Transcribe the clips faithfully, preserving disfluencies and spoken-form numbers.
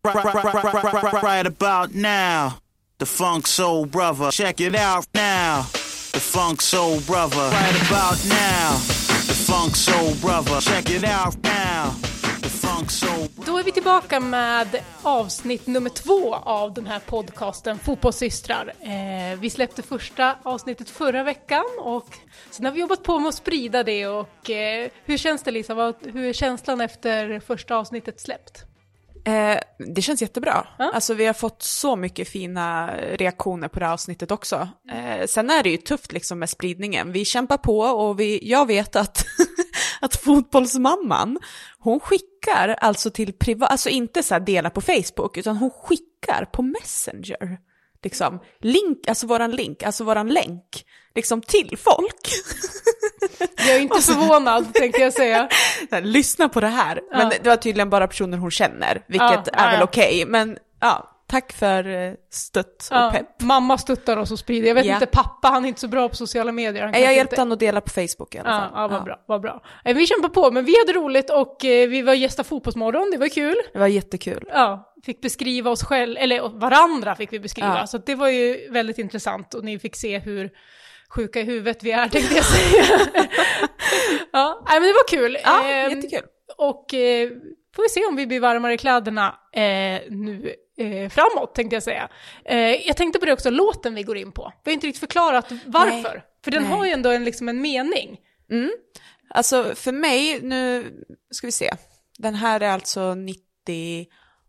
Right about now, the Funk Soul Brother. Check it out now, the Funk Soul Brother. Right about now, the Funk Soul Brother. Check it out now, the Funk Soul Brother. Då är vi tillbaka med avsnitt nummer två av den här podcasten Fotbollssystrar. Eh, vi släppte första avsnittet förra veckan och sen har vi jobbat på med att sprida det. Och eh, hur känns det, Lisa? Vad, hur är känslan efter första avsnittet släppt? Eh, det känns jättebra. Ja. Alltså vi har fått så mycket fina reaktioner på det här avsnittet också. Eh, sen är det ju tufft liksom med spridningen. Vi kämpar på och vi, jag vet att, att fotbollsmamman, hon skickar alltså till privat, alltså inte så här dela på Facebook, utan hon skickar på Messenger. Liksom, link, alltså våran link, alltså våran länk, liksom till folk. Jag är inte förvånad, tänkte jag säga. Lyssna på det här. Ja. Men det var tydligen bara personer hon känner, vilket Ja, är ja, väl ja. okej. Okay. Men ja, tack för stött och Ja, pepp. mamma stöttar oss och sprider. Jag vet Ja. inte, pappa, han är inte så bra på sociala medier. Han Jag kanske hjälpte inte... han att dela på Facebook i alla Ja, fall. ja, vad Ja. bra, vad bra. Eh, Vi kämpar på, men vi hade roligt och eh, vi var gästa Fotbollsmorgon, det var kul. Det var jättekul. Ja, fick beskriva oss själva, eller varandra fick vi beskriva. Ja. Så att det var ju väldigt intressant och ni fick se hur sjuka i huvudet vi är, tänkte jag säga. Ja, nej, men det var kul. Ja, Eh, jättekul. Och eh, får vi se om vi blir varmare i kläderna eh, nu eh, framåt, tänkte jag säga. Eh, jag tänkte på det också, låten vi går in på. Vi har inte riktigt förklarat varför. Nej. För den Nej. har ju ändå en, liksom en mening. Mm. Alltså för mig, nu ska vi se. Den här är alltså nittionio.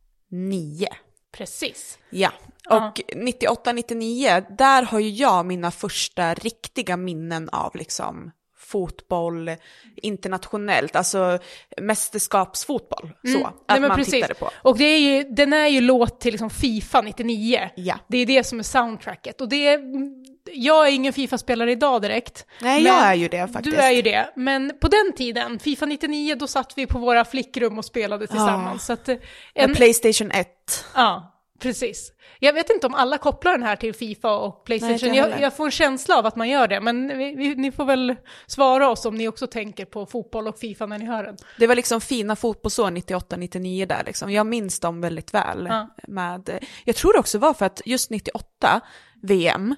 Precis. Ja, och nittioåtta nittionio, där har ju jag mina första riktiga minnen av liksom fotboll internationellt, alltså mästerskapsfotboll, så, Mm. att Nej, men man precis. tittade på. Och det är ju, den är ju låt till liksom FIFA nittionio. Ja. Det är det som är soundtracket. Och det är, jag är ingen FIFA-spelare idag direkt. Nej, men jag är ju det faktiskt. Du är ju det. Men på den tiden, FIFA nittionio, då satt vi på våra flickrum och spelade tillsammans. Ja. Så att, eh, En... en, Playstation ett. ja, precis. Jag vet inte om alla kopplar den här till FIFA och Playstation. Nej, inte jag, heller. jag får en känsla av att man gör det. Men vi, vi, ni får väl svara oss om ni också tänker på fotboll och FIFA när ni hör den. Det var liksom fina fotbollsår nittioåtta nittionio där liksom. Jag minns dem väldigt väl. Ja. Med, jag tror det också var för att just nittioåtta V M,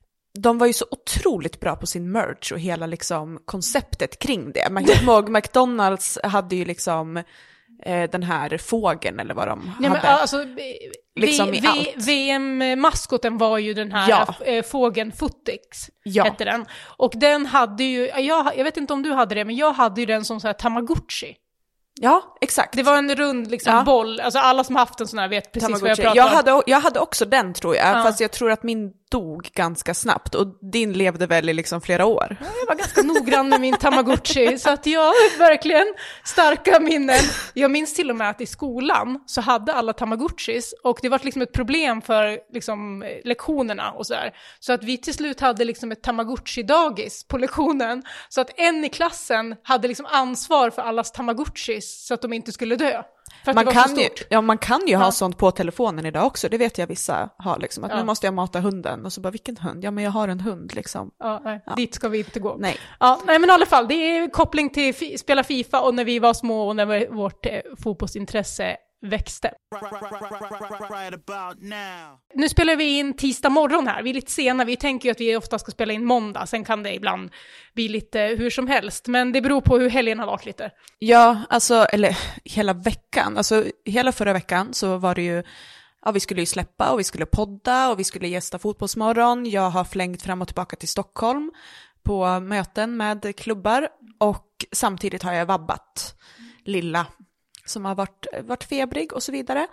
de var ju så otroligt bra på sin merch och hela liksom konceptet kring det. Man kan ihåg McDonalds hade ju liksom eh, den här fågeln eller vad de Ja, hade. men, alltså, Liksom v, i v, allt. V M-maskoten var ju den här Ja. ja. fågeln Footix, Ja. hette den. Och den hade ju, jag, jag vet inte om du hade det, men jag hade ju den som så här Tamagotchi. Ja, exakt. Det var en rund liksom, Ja. boll, alltså alla som haft en sån här vet precis vad jag Tamagotchi. pratar Jag om. hade, jag hade också den tror jag, Ja. fast jag tror att min dog ganska snabbt och din levde väl i liksom flera år. Jag var ganska noggrann med min Tamagotchi, så att jag har verkligen starka minnen. Jag minns till och med att i skolan så hade alla Tamagotchis och det var liksom ett problem för liksom, lektionerna och så där. Så att vi till slut hade liksom ett Tamagotchi-dagis på lektionen, så att en i klassen hade liksom ansvar för allas Tamagotchis så att de inte skulle dö. För att Man det var så kan, ju, stort. ja, man kan ju Ja. ha sånt på telefonen idag också, det vet jag vissa har liksom, att Ja. nu måste jag mata hunden och så bara, vilken hund? Ja men jag har en hund liksom. Ja, nej, Ja. dit ska vi inte gå. Nej. Ja, nej, men i alla fall, det är koppling till fi- spela FIFA och när vi var små och när vi, vårt eh, fotbollsintresse växte. Right about now. Nu spelar vi in tisdag morgon här, vi är lite sena, vi tänker ju att vi ofta ska spela in måndag, sen kan det ibland bli lite hur som helst, men det beror på hur helgen har varit lite. Ja, alltså, eller hela veckan, alltså hela förra veckan så var det ju, ja vi skulle ju släppa och vi skulle podda och vi skulle gästa Fotbollsmorgon. Jag har flängt fram och tillbaka till Stockholm på möten med klubbar och samtidigt har jag vabbat lilla som har varit, varit febrig och så vidare.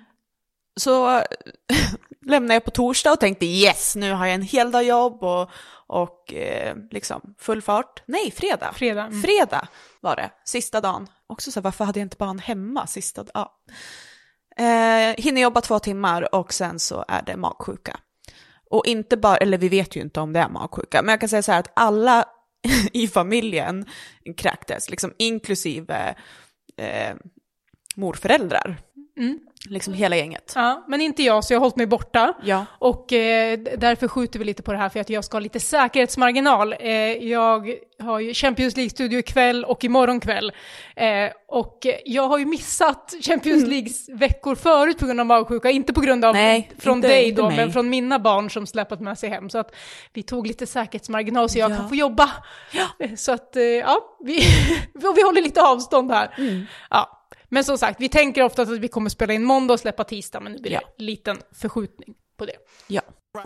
Så lämnade jag på torsdag och tänkte yes, nu har jag en hel dag jobb och, och eh, liksom full fart. Nej, fredag. Fredag. Mm. Fredag var det, sista dagen. Också så, varför hade jag inte barn hemma sista dagen? Ja. Eh, hinner jobba två timmar och sen så är det magsjuka. Och inte bara, eller vi vet ju inte om det är magsjuka, men jag kan säga så här att alla i familjen kräktes, liksom inklusive eh, morföräldrar. Mm. liksom hela gänget. Ja, men inte jag, så jag har hållit mig borta. Ja. Och eh, därför skjuter vi lite på det här för att jag ska ha lite säkerhetsmarginal. Eh, jag har ju Champions League-studio ikväll och imorgon kväll. Eh, och jag har ju missat Champions Mm. Leagues veckor förut på grund av magsjuka. Inte på grund av Nej, från inte, dig inte då, mig. men från mina barn som släpat med sig hem. Så att vi tog lite säkerhetsmarginal så jag Ja. kan få jobba. Ja. Så att, eh, ja, vi, vi håller lite avstånd här. Mm. Ja. Men som sagt, vi tänker ofta att vi kommer spela in måndag och släppa tisdag, men nu blir det Ja. en liten förskjutning på det. Ja.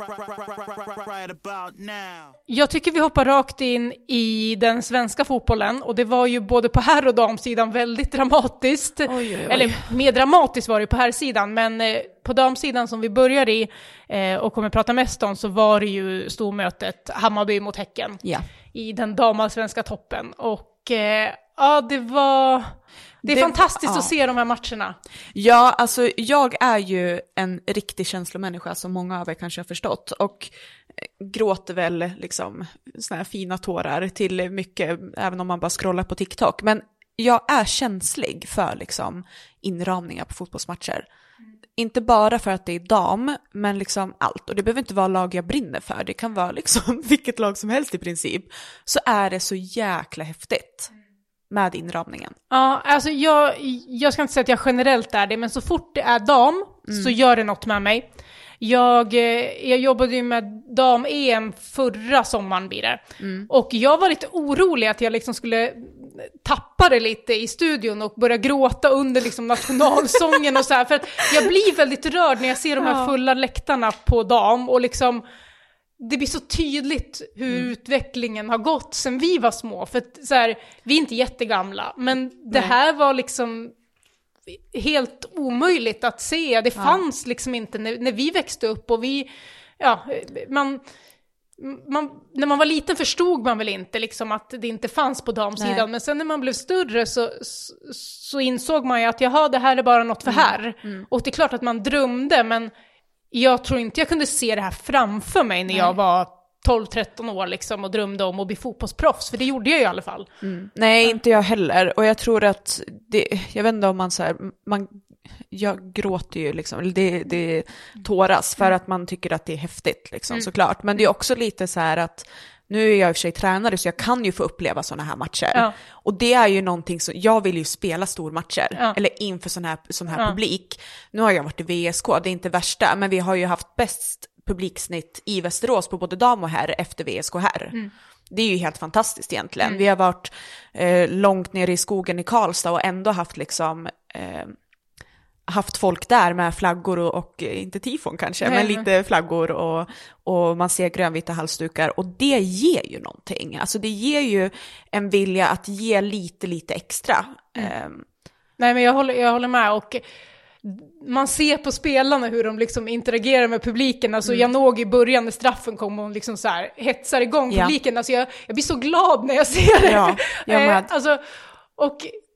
Right about now. Jag tycker vi hoppar rakt in i den svenska fotbollen, och det var ju både på herr- och damsidan väldigt dramatiskt. Oj, oj, oj. Eller mer dramatiskt var det på herrsidan, men eh, på damsidan som vi börjar i eh, och kommer prata mest om, så var det ju stormötet Hammarby mot Häcken Ja. i den damallsvenska toppen. Och eh, ja, det var... Det är Det- fantastiskt ja. att se de här matcherna. Ja, alltså jag är ju en riktig känslomänniska som många av er kanske har förstått, och gråter väl liksom såna här fina tårar till mycket, även om man bara scrollar på TikTok. Men jag är känslig för liksom inramningar på fotbollsmatcher. Inte bara för att det är dam, men liksom allt. Och det behöver inte vara lag jag brinner för. Det kan vara liksom vilket lag som helst i princip. Så är det så jäkla häftigt med inramningen. Ja, alltså jag, jag ska inte säga att jag generellt är det, men så fort det är dam Mm. så gör det något med mig. Jag, eh, jag jobbade ju med dam-E M förra sommaren blir det. Mm. Och jag var lite orolig att jag liksom skulle tappa det lite i studion och börja gråta under liksom nationalsången och så här. För att jag blir väldigt rörd när jag ser de här Ja. fulla läktarna på dam, och liksom det blir så tydligt hur Mm. utvecklingen har gått sen vi var små. För att, så här, vi är inte jättegamla, men det Nej. här var liksom helt omöjligt att se. Det Ja. fanns liksom inte när, när vi växte upp, och vi, ja, man, man, när man var liten förstod man väl inte liksom att det inte fanns på damsidan. Nej. Men sen när man blev större så, så, så insåg man ju att jaha, det här är bara något för här. Mm. Och det är klart att man drömde, men jag tror inte jag kunde se det här framför mig när Nej. jag var tolv tretton år liksom och drömde om att bli fotbollsproffs, för det gjorde jag ju i alla fall. Mm. Nej, inte jag heller. Och jag tror att det, jag vet inte om man så här, man, jag gråter ju liksom, eller det, det tåras för att man tycker att det är häftigt liksom, Mm. såklart. Men det är också lite så här att nu är jag i och för sig tränare, så jag kan ju få uppleva sådana här matcher. Ja. Och det är ju någonting som, jag vill ju spela stormatcher, Ja. eller inför sån här, sån här Ja. publik. Nu har jag varit i V S K, det är inte värsta, men vi har ju haft bäst publiksnitt i Västerås på både dam och herr efter V S K herr. Mm. Det är ju helt fantastiskt egentligen. Mm. Vi har varit eh, långt ner i skogen i Karlstad och ändå haft liksom eh, haft folk där med flaggor och, och inte tifon kanske, Nej, men men- lite flaggor och, och man ser grönvita halsdukar, och det ger ju någonting. Alltså det ger ju en vilja att ge lite, lite extra. Mm. Eh, Nej, men jag håller, jag håller med, och man ser på spelarna hur de liksom interagerar med publiken. Alltså Mm. jag såg i början när straffen kom och liksom så här hetsar igång Ja. publiken. Alltså jag, jag blir så glad när jag ser det. Ja, jag med. Eh, alltså, och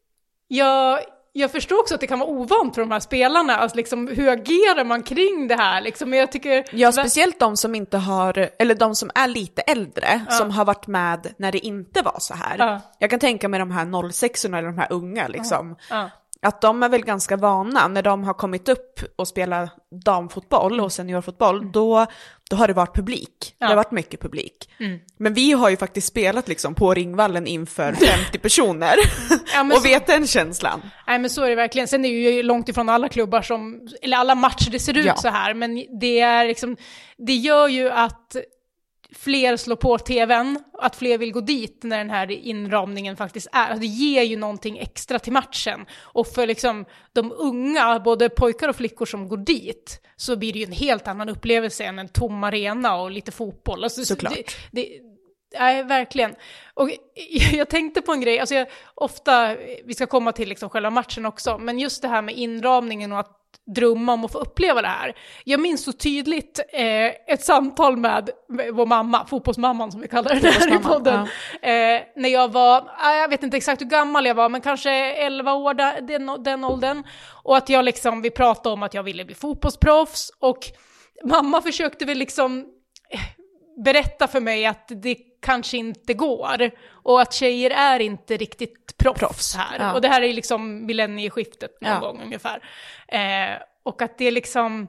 jag, jag förstår också att det kan vara ovant för de här spelarna. Alltså liksom, hur agerar man kring det här? Liksom, men jag tycker... Ja, speciellt de som inte har, eller de som är lite äldre, Ja. som har varit med när det inte var så här. Ja. Jag kan tänka mig de här noll sex-orna eller de här unga liksom. Ja. Att de är väl ganska vana när de har kommit upp och spelat damfotboll och seniorfotboll, då, då har det varit publik. Ja. Det har varit mycket publik. Mm. Men vi har ju faktiskt spelat liksom på Ringvallen inför femtio personer Ja, men och så- vet den känslan. Nej, men så är det verkligen. Sen är det ju långt ifrån alla klubbar som, eller alla matcher det ser ut Ja. så här, men det är liksom, det gör ju att fler slår på tvn, att fler vill gå dit när den här inramningen faktiskt är. Alltså det ger ju någonting extra till matchen. Och för liksom de unga, både pojkar och flickor som går dit, så blir det ju en helt annan upplevelse än en tom arena och lite fotboll. Alltså, Såklart. Det, det, nej, verkligen. Och jag tänkte på en grej, alltså jag, ofta, vi ska komma till liksom själva matchen också, men just det här med inramningen och att drömma om att få uppleva det här. Jag minns så tydligt eh, ett samtal med vår mamma, fotbollsmamman som vi kallar den här i podden. Eh, när jag var, eh, jag vet inte exakt hur gammal jag var, men kanske elva år, där, den, den åldern. Och att jag liksom, vi pratade om att jag ville bli fotbollsproffs, och mamma försökte väl liksom eh, berätta för mig att det kanske inte går, och att tjejer är inte riktigt proffs, Proffs, här. ja. Och det här är liksom millennieskiftet någon Ja. gång ungefär. Eh, och att det liksom...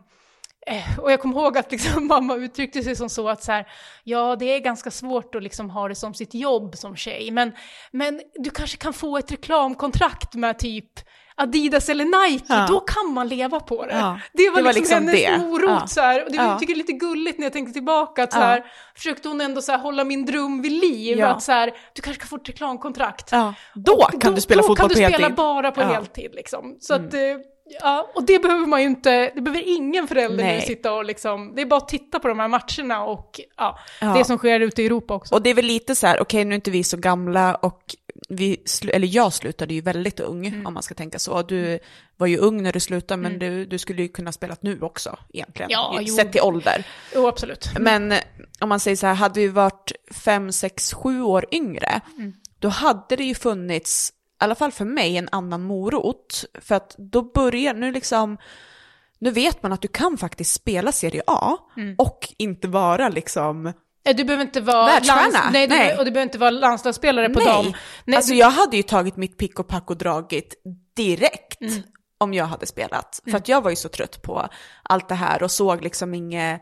Och jag kommer ihåg att liksom mamma uttryckte sig som så att så här, ja, det är ganska svårt att liksom ha det som sitt jobb som tjej, men, men du kanske kan få ett reklamkontrakt med typ Adidas eller Nike, ja. Då kan man leva på det. Ja. Det var, det var liksom, liksom hennes det. morot. Ja. Så här, och det var, ja. tycker jag är lite gulligt när jag tänkte tillbaka. Att, så här, ja. försökte hon ändå så här, hålla min dröm vid liv. Ja. Att, så här, du kanske kan få ett reklamkontrakt. Ja. Då kan då, du spela fotboll på heltid. Då kan du spela bara på ja. heltid. Liksom. Så mm. att... Ja, och det behöver man ju inte, det behöver ingen förälder nu sitta och liksom, det är bara att titta på de här matcherna och ja, ja. det som sker ute i Europa också. Och det är väl lite så här, okej okay, nu är inte vi så gamla och vi, eller jag slutade ju väldigt ung mm. om man ska tänka så. Du var ju ung när du slutade men mm. du, du skulle ju kunna spela nu också egentligen, ja, sett till ålder. Jo, absolut. Men om man säger så här, hade vi varit fem, sex, sju år yngre mm. då hade det ju funnits i alla fall för mig en annan morot, för att då börjar nu liksom nu vet man att du kan faktiskt spela Serie A mm. och inte vara liksom du behöver inte vara lands- nej, du, nej. och du behöver inte vara landslagsspelare på nej. dem. Nej, alltså du... jag hade ju tagit mitt pick och pack och dragit direkt mm. om jag hade spelat, för mm. att jag var ju så trött på allt det här och såg liksom inget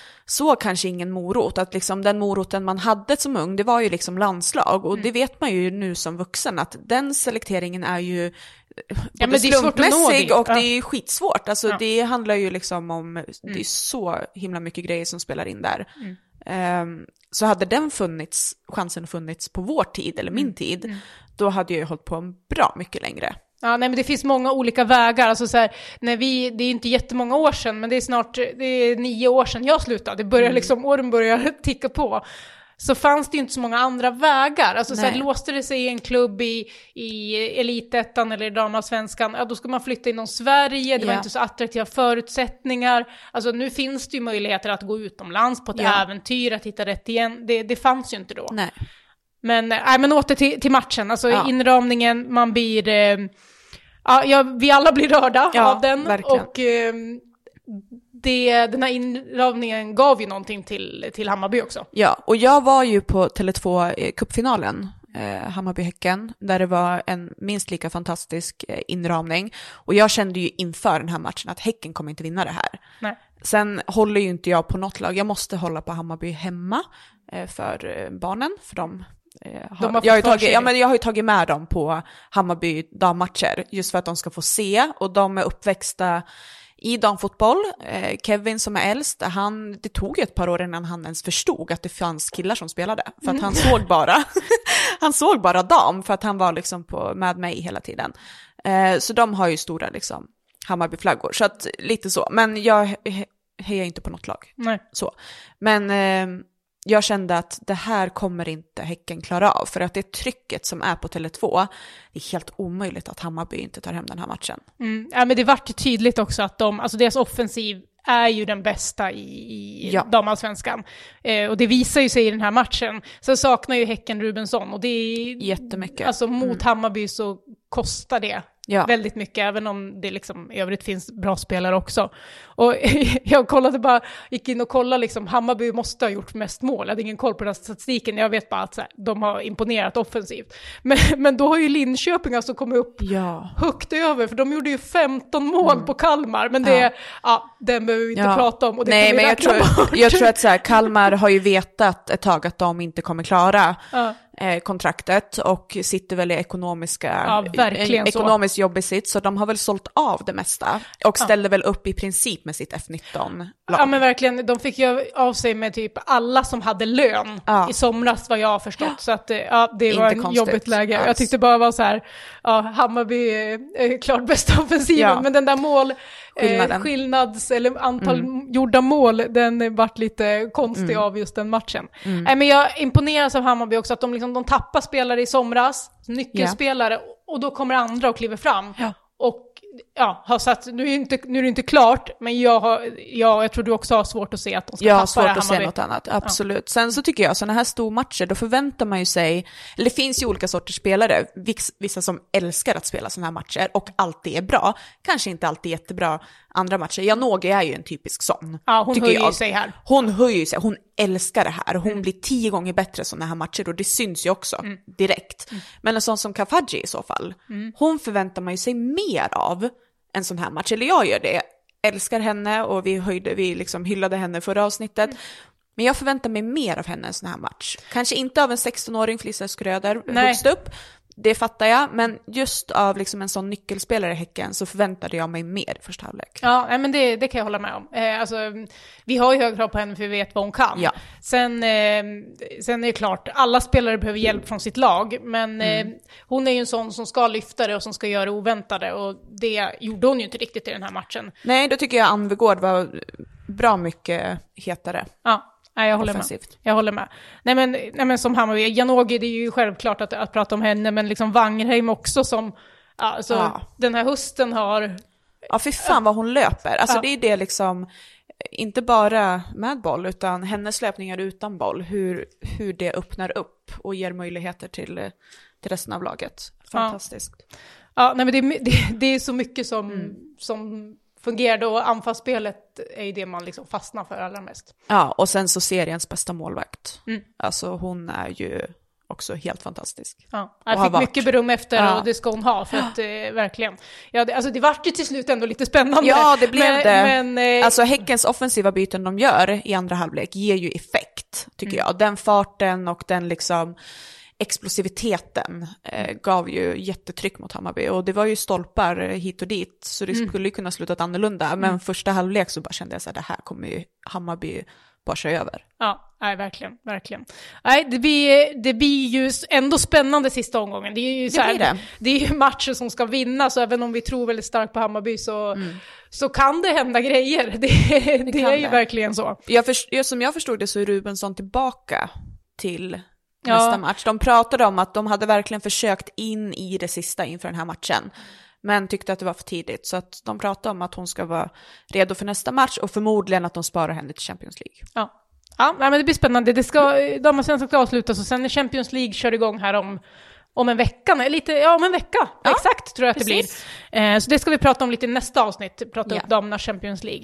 så kanske ingen morot, att liksom den moroten man hade som ung, det var ju liksom landslag och mm. det vet man ju nu som vuxen att den selekteringen är ju ja, men det är svårt att nå det. Och ja. det är skitsvårt, alltså ja. det handlar ju liksom om mm. det är så himla mycket grejer som spelar in där. Mm. Um, så hade den funnits, chansen funnits på vår tid eller min mm. tid, mm. då hade jag ju hållit på en bra mycket längre. Ja, nej, men det finns många olika vägar. Alltså så här, när vi, det är inte jättemånga år sedan, men det är snart det är nio år sedan jag slutade. Det börjar mm. liksom, åren börjar ticka på. Så fanns det ju inte så många andra vägar. Alltså så här, låste det sig i en klubb i, i elitettan eller i damallsvenskan, ja, då ska man flytta inom Sverige. Det var ja. inte så attraktiva förutsättningar. Alltså nu finns det ju möjligheter att gå utomlands på ett ja. äventyr, att hitta rätt igen. Det, det fanns ju inte då. Nej. Men, nej, men åter till, till matchen. Alltså ja. inramningen, man blir... Eh, ja, vi alla blir rörda ja, av den. Verkligen. Och eh, det, den här inramningen gav ju någonting till, till Hammarby också. Ja, och jag var ju på Tele två cupfinalen, eh, Hammarby-Häcken, där det var en minst lika fantastisk eh, inramning. Och jag kände ju inför den här matchen att Häcken kommer inte vinna det här. Nej. Sen håller ju inte jag på något lag. Jag måste hålla på Hammarby hemma eh, för eh, barnen, för de... Har, har jag, har tagit, ja, men jag har ju tagit med dem på Hammarby dammatcher just för att de ska få se, och de är uppväxta i damfotboll. eh, Kevin som är äldst, han, det tog ett par år innan han ens förstod att det fanns killar som spelade, för att han såg bara han såg bara dam, för att han var liksom på, med mig hela tiden. eh, så de har ju stora liksom Hammarby-flaggor, så att lite så, men jag he- hejar inte på något lag. Nej. Så. Men eh, jag kände att det här kommer inte Häcken klara av, för att det trycket som är på Tele två, det är helt omöjligt att Hammarby inte tar hem den här matchen. Mm. Ja, men det vart ju tydligt också att de, alltså deras offensiv är ju den bästa i, i ja. damallsvenskan. Eh, och det visar ju sig i den här matchen. Så saknar ju Häcken Rubensson, och det är jättemycket. Alltså mot mm. Hammarby så kostar det ja. väldigt mycket, även om det liksom i övrigt finns bra spelare också. Och jag kollade bara, gick in och kollade liksom, Hammarby måste ha gjort mest mål. Jag hade ingen koll på den statistiken, jag vet bara att så här, de har imponerat offensivt. Men, men då har ju Linköping alltså kommit upp ja. högt över, för de gjorde ju femton mål mm. på Kalmar, men det, ja. ja, den behöver vi inte ja. prata om. Och det Nej, men jag tror, jag tror att så här, Kalmar har ju vetat ett tag att de inte kommer klara ja. eh, kontraktet, och sitter väl i ekonomiska ja, verkligen ekonomiskt jobbig sitt, så de har väl sålt av det mesta och ställde ja. väl upp i princip med sitt F nitton-lag. Ja, men verkligen, de fick ju av sig med typ alla som hade lön ja. i somras, vad jag har förstått, ja. så att ja, det var en jobbigt läge. Alls. Jag tyckte bara var så här, ja, Hammarby är klart bästa offensiven, ja. men den där mål eh, skillnads eller antal mm. gjorda mål, den vart lite konstig mm. av just den matchen. Mm. Nej, men jag imponeras av Hammarby också, att de liksom, de tappar spelare i somras, nyckelspelare, yeah. och då kommer andra och kliver fram. Ja. Och ja, har satt, nu är det inte, nu är det inte klart, men jag, har, ja, jag tror du också har svårt att se att de ska jag tappa har svårt det, att se något annat, absolut. Ja. Sen så tycker jag, sådana här stormatcher, då förväntar man ju sig, eller det finns ju olika sorters spelare, vissa som älskar att spela sådana här matcher och alltid är bra, kanske inte alltid jättebra andra matcher. Janogy är ju en typisk sån. Ja, hon höjer jag. sig här. Hon höjer sig, hon älskar det här. Hon mm. blir tio gånger bättre sådana här matcher, och det syns ju också mm. direkt. Mm. Men en sån som Kafaji i så fall, mm. hon förväntar man ju sig mer av en sån här match, eller jag gör det älskar henne och vi, höjde, vi liksom hyllade henne förra avsnittet. Mm. Men jag förväntar mig mer av henne en sån här match. Kanske inte av en sexton-åring, Felicia Schröder högst upp. Det fattar jag, men just av liksom en sån nyckelspelare i Häcken så förväntade jag mig mer i första halvlek. Ja, men det, det kan jag hålla med om. Eh, alltså, vi har ju hög krav på henne för vi vet vad hon kan. Ja. Sen, eh, sen är det klart, alla spelare behöver hjälp från sitt lag, men mm. eh, hon är ju en sån som ska lyfta det och som ska göra det oväntade, och det gjorde hon ju inte riktigt i den här matchen. Nej, då tycker jag Anvegård var bra mycket hetare. Ja. Nej, jag håller offensivt. med. Jag håller med. Nej men, nej, men som Hammarby, Janogy, det är ju självklart att, att prata om henne, men liksom Wangerheim också som, alltså ja. Den här hösten har... Ja, för fan vad hon löper. Alltså ja. Det är det liksom, inte bara med boll, utan hennes löpningar utan boll, hur, hur det öppnar upp och ger möjligheter till, till resten av laget. Fantastiskt. Ja, ja nej, men det, det, det är så mycket som... Mm. som fungerade, och anfallsspelet är ju det man liksom fastnar för allra mest. Ja, och sen så seriens bästa målvakt. Mm. Alltså hon är ju också helt fantastisk. Ja, jag fick mycket beröm efter ja. Och det ska hon ha för att eh, verkligen. Ja, det, alltså det var ju till slut ändå lite spännande. Ja, det blev men, det. Men, eh, alltså Häckens offensiva byten de gör i andra halvlek ger ju effekt, tycker mm. jag. Den farten och den liksom explosiviteten eh, gav ju jättetryck mot Hammarby, och det var ju stolpar hit och dit, så det mm. skulle ju kunna sluta annorlunda, men mm. första halvlek så bara kände jag så här, det här kommer ju Hammarby bara köra över. Ja, nej, verkligen, verkligen. Nej, det blir, det blir ju ändå spännande sista omgången. Det är ju så här, det, det är ju matcher som ska vinnas, och även om vi tror väldigt starkt på Hammarby så, mm. så kan det hända grejer. Det, det, det är ju det. Verkligen så. Jag för, som jag förstod det så är Rubensson tillbaka till nästa ja. match. De pratade om att de hade verkligen försökt in i det sista inför den här matchen, men tyckte att det var för tidigt, så att de pratade om att hon ska vara redo för nästa match, och förmodligen att de sparar henne till Champions League. Ja, ja men det blir spännande. Det ska, de har sen sagt avslutas, och sen är Champions League kör igång här om om en vecka, lite, ja om en vecka, ja, exakt tror jag att precis. Det blir. Eh, så det ska vi prata om lite i nästa avsnitt, prata ja. upp damerna Champions League.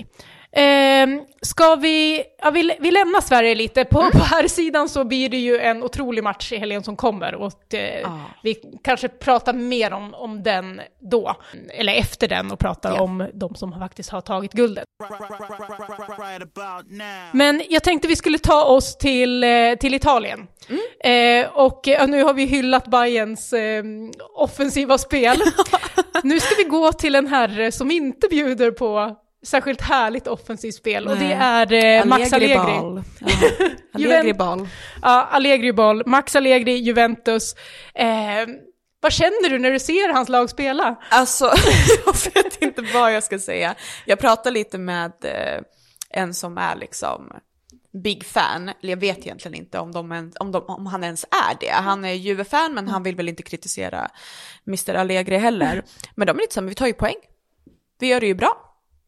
Eh, ska vi, ja, vi, vi lämnar Sverige lite, på, mm. på här sidan så blir det ju en otrolig match i helgen som kommer, och eh, ah. vi kanske pratar mer om, om den då, eller efter den, och pratar ja. om de som faktiskt har tagit guldet. Men jag tänkte vi skulle ta oss till, till Italien. Mm. Eh, och ja, nu har vi hyllat Bayerns eh, offensiva spel. Nu ska vi gå till en herre som inte bjuder på särskilt härligt offensivt spel. Nej. Och det är eh, Max Allegri. Ball. Ja. Allegri Ball. Ja, Allegri Ball. Max Allegri, Juventus. Eh, vad känner du när du ser hans lag spela? Alltså, jag vet inte vad jag ska säga. Jag pratar lite med eh, en som är liksom big fan. Jag vet egentligen inte om, de, om, de, om han ens är det. Han är Juve-fan, men han vill väl inte kritisera mister Allegri heller. Men de är lite så här, vi tar ju poäng. Vi gör det ju bra.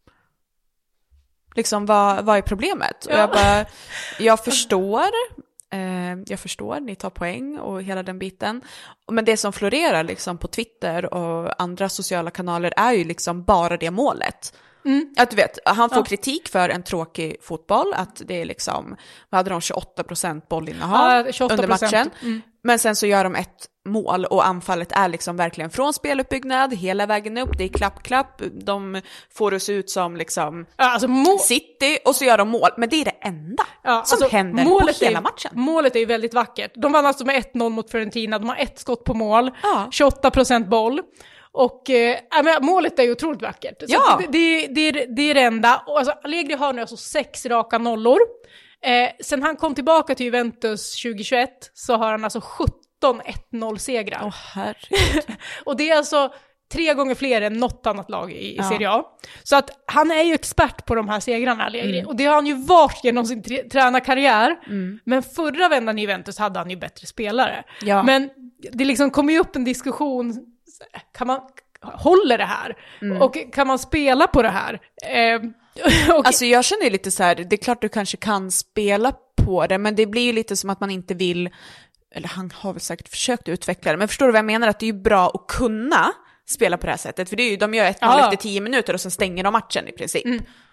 Liksom, vad, vad är problemet? Ja. Och jag bara, jag förstår, eh, jag förstår, ni tar poäng och hela den biten. Men det som florerar liksom på Twitter och andra sociala kanaler är ju liksom bara det målet. Mm. Att du vet, han får ja. kritik för en tråkig fotboll, att det är liksom, vad hade de, tjugoåtta procent bollinnehav ja, under matchen. Mm. Men sen så gör de ett mål, och anfallet är liksom verkligen från speluppbyggnad hela vägen upp, det är klapp-klapp, de får oss ut som liksom ja, alltså må- City, och så gör de mål, men det är det enda ja, som alltså, händer på hela är, matchen. Målet är ju väldigt vackert. De vann alltså med ett noll mot Fiorentina, de har ett skott på mål, ja. tjugoåtta procent boll. Och äh, men målet är ju otroligt vackert. Så ja. det, det, det, det är det enda. Och alltså, Allegri har nu alltså sex raka nollor. Eh, sen han kom tillbaka till Juventus tjugohundratjugoett så har han alltså sjutton ett noll-segrar. Åh, herregud. Och det är alltså tre gånger fler än något annat lag i, i ja. Serie A. Så att han är ju expert på de här segrarna, Allegri. Mm. Och det har han ju varit genom sin tr- tränarkarriär. Mm. Men förra vändan i Juventus hade han ju bättre spelare. Ja. Men det liksom kommer ju upp en diskussion, kan man håller det här? Mm. Och kan man spela på det här? Eh, och... Alltså jag känner ju lite så här, det är klart du kanske kan spela på det, men det blir ju lite som att man inte vill, eller han har väl säkert försökt utveckla det, men förstår du vad jag menar? Att det är ju bra att kunna spela på det här sättet, för det är ju, de gör ett mål ja. efter tio minuter och sen stänger de matchen i princip. Mm.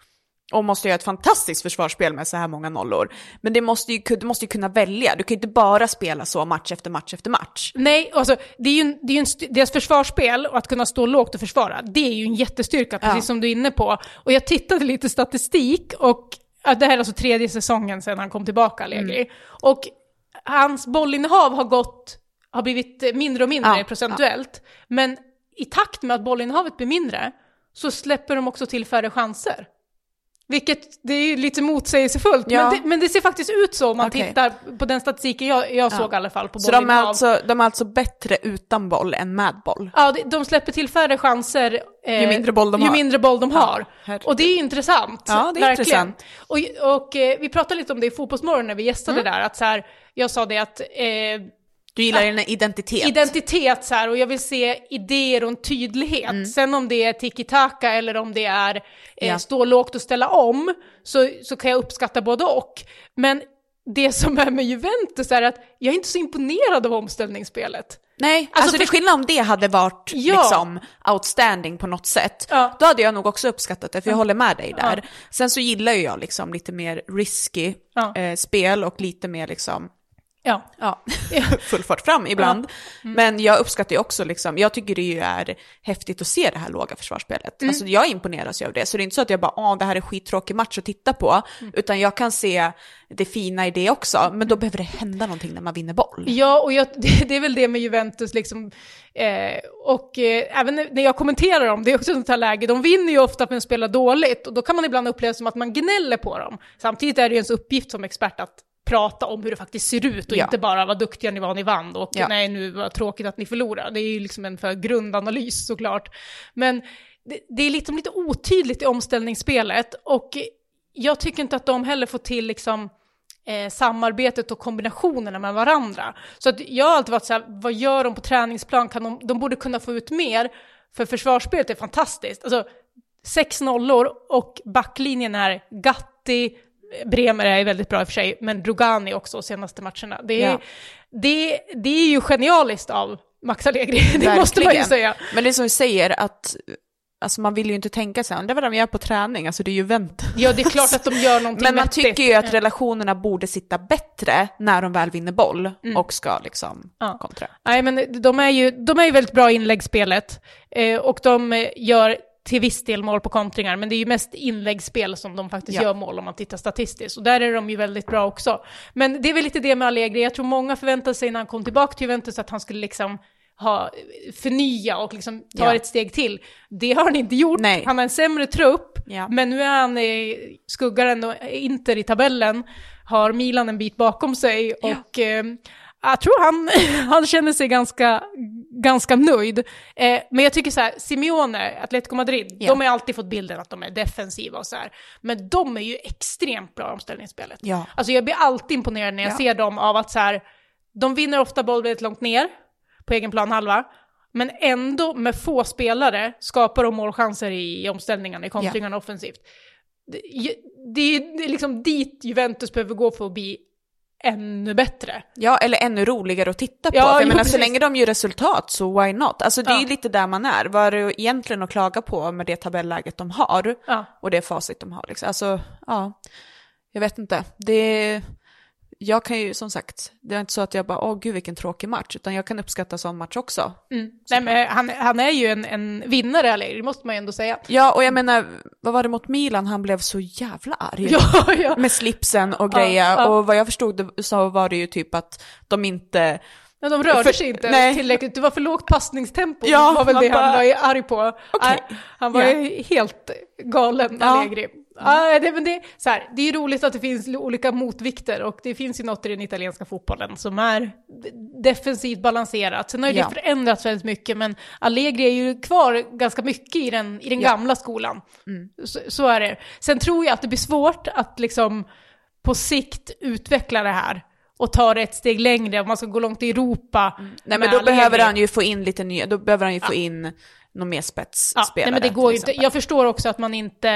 och måste göra ett fantastiskt försvarsspel med så här många nollor. Men det måste ju, du måste ju kunna välja. Du kan ju inte bara spela så match efter match efter match. Nej, alltså det är ju, en, det är ju en, deras försvarsspel och att kunna stå lågt och försvara, det är ju en jättestyrka, precis ja. som du är inne på. Och jag tittade lite statistik och att det här är alltså tredje säsongen sedan han kom tillbaka, Allegri. Mm. Och hans bollinnehav har gått, har blivit mindre och mindre ja, procentuellt. Ja. Men i takt med att bollinnehavet blir mindre så släpper de också till färre chanser. Vilket, det är ju lite motsägelsefullt, ja. men, det, men det ser faktiskt ut så om man okay. tittar på den statistiken jag, jag såg ja. i alla fall på bollinnehav. Så de är, alltså, de är alltså bättre utan boll än med boll? Ja, de, de släpper till färre chanser eh, ju mindre boll de ju har. Mindre boll de har. Ja, och det är intressant. Ja, det är verkligen. intressant. Och, och eh, vi pratade lite om det i Fotbollsmorgon när vi gästade mm. där, att så här, jag sa det att... Eh, Du gillar ja, en identitet. Identitet så här, och jag vill se idéer och en tydlighet. Mm. Sen om det är tiki-taka eller om det är eh, ja. stå lågt och ställa om, så, så kan jag uppskatta både och. Men det som är med Juventus är att jag är inte så imponerad av omställningsspelet. Nej, alltså, alltså det är skillnad om det hade varit ja. liksom outstanding på något sätt. Ja. Då hade jag nog också uppskattat det, för jag ja. håller med dig där. Ja. Sen så gillar ju jag liksom lite mer risky ja. eh, spel och lite mer liksom... Ja. ja, full fart fram ibland. Ja. Mm. Men jag uppskattar ju också, liksom, jag tycker det ju är häftigt att se det här låga försvarsspelet. Mm. Alltså jag imponeras ju av det. Så det är inte så att jag bara, åh, det här är skittråkig match att titta på. Mm. Utan jag kan se det fina i det också. Men då behöver det hända någonting när man vinner boll. Ja, och jag, det, det är väl det med Juventus liksom. Eh, och eh, även när jag kommenterar dem, det är också ett sånt här läge. De vinner ju ofta för att spela dåligt. Och då kan man ibland uppleva som att man gnäller på dem. Samtidigt är det ju ens uppgift som expert att prata om hur det faktiskt ser ut och ja. inte bara vad duktiga ni var ni vann och ja. nej, nu var tråkigt att ni förlorar. Det är ju liksom en för grundanalys såklart. Men det, det är liksom lite otydligt i omställningsspelet, och jag tycker inte att de heller får till liksom eh, samarbetet och kombinationerna med varandra. Så att jag har alltid varit så här, vad gör de på träningsplan? Kan de, de borde kunna få ut mer, för försvarsspelet är fantastiskt. Alltså sex nollor och backlinjen är Gatti, Bremer är väldigt bra i och för sig, men Rugani också senaste matcherna. Det är, ja. det, det är ju genialiskt av Max Allegri, det verkligen. Måste man ju säga. Men det är som du säger, att alltså man vill ju inte tänka sig, det var de gör på träning, alltså det är ju vänt. Ja, det är klart att de gör någonting. Men man vettigt. tycker ju att relationerna borde sitta bättre när de väl vinner boll mm. och ska liksom ja. kontra. Nej, men de är ju, de är ju väldigt bra i inläggsspelet, eh, och de gör till viss del mål på kontringar, men det är ju mest inläggsspel som de faktiskt ja. gör mål om man tittar statistiskt. Och där är de ju väldigt bra också. Men det är väl lite det med Allegri. Jag tror många förväntade sig när han kom tillbaka till Juventus att han skulle liksom ha, förnya och liksom ta ja. ett steg till. Det har han inte gjort. Nej. Han har en sämre trupp, ja. men nu är han eh, skuggaren och Inter i tabellen, har Milan en bit bakom sig ja. och eh, jag tror han, han känner sig ganska, ganska nöjd. Eh, men jag tycker så här, Simeone, Atletico Madrid, ja. de har alltid fått bilden att de är defensiva och så här. Men de är ju extremt bra i omställningsspelet. Ja. Alltså jag blir alltid imponerad när jag ja. ser dem av att så här, de vinner ofta boll väldigt långt ner på egen plan halva. Men ändå med få spelare skapar de målchanser i, i omställningarna, i kontringarna ja. offensivt. Det, det, är, det är liksom dit Juventus behöver gå för att bli ännu bättre. Ja, eller ännu roligare att titta på. Ja, för jag menar, så länge de gör resultat, så why not? Alltså det ja. är ju lite där man är. Vad är det egentligen att klaga på med det tabelläget de har? Ja. Och det facit de har. Liksom. Alltså, ja. Jag vet inte. Det jag kan ju, som sagt, det är inte så att jag bara, åh gud vilken tråkig match, utan jag kan uppskatta sån match också. Mm. Nej, men han, han är ju en, en vinnare, eller? Det måste man ju ändå säga. Ja, och jag menar, vad var det mot Milan? Han blev så jävla arg. Ja, ja. Med slipsen och grejer. Ja, ja. Och vad jag förstod så var det ju typ att de inte... Ja, de rörde för, sig inte nej. tillräckligt. Det var för lågt passningstempo. Ja, var väl det bara, han var arg på. Okay. Han var ja. helt galen, Allegri. Ja. Ja, det, men det, så här, det är ju roligt att det finns olika motvikter, och det finns ju något i den italienska fotbollen som är defensivt balanserat. Sen har ju ja. det förändrats väldigt mycket, men Allegri är ju kvar ganska mycket i den, i den ja. gamla skolan. Mm. Så, så är det. Sen tror jag att det blir svårt att liksom på sikt utveckla det här och ta det ett steg längre om man ska gå långt i Europa. Mm. Nej, men då Allegri. behöver han ju få in lite nya, då behöver han ju ja. få in någon mer spetsspelare. Ja, nej, men det går ju inte. Jag förstår också att man inte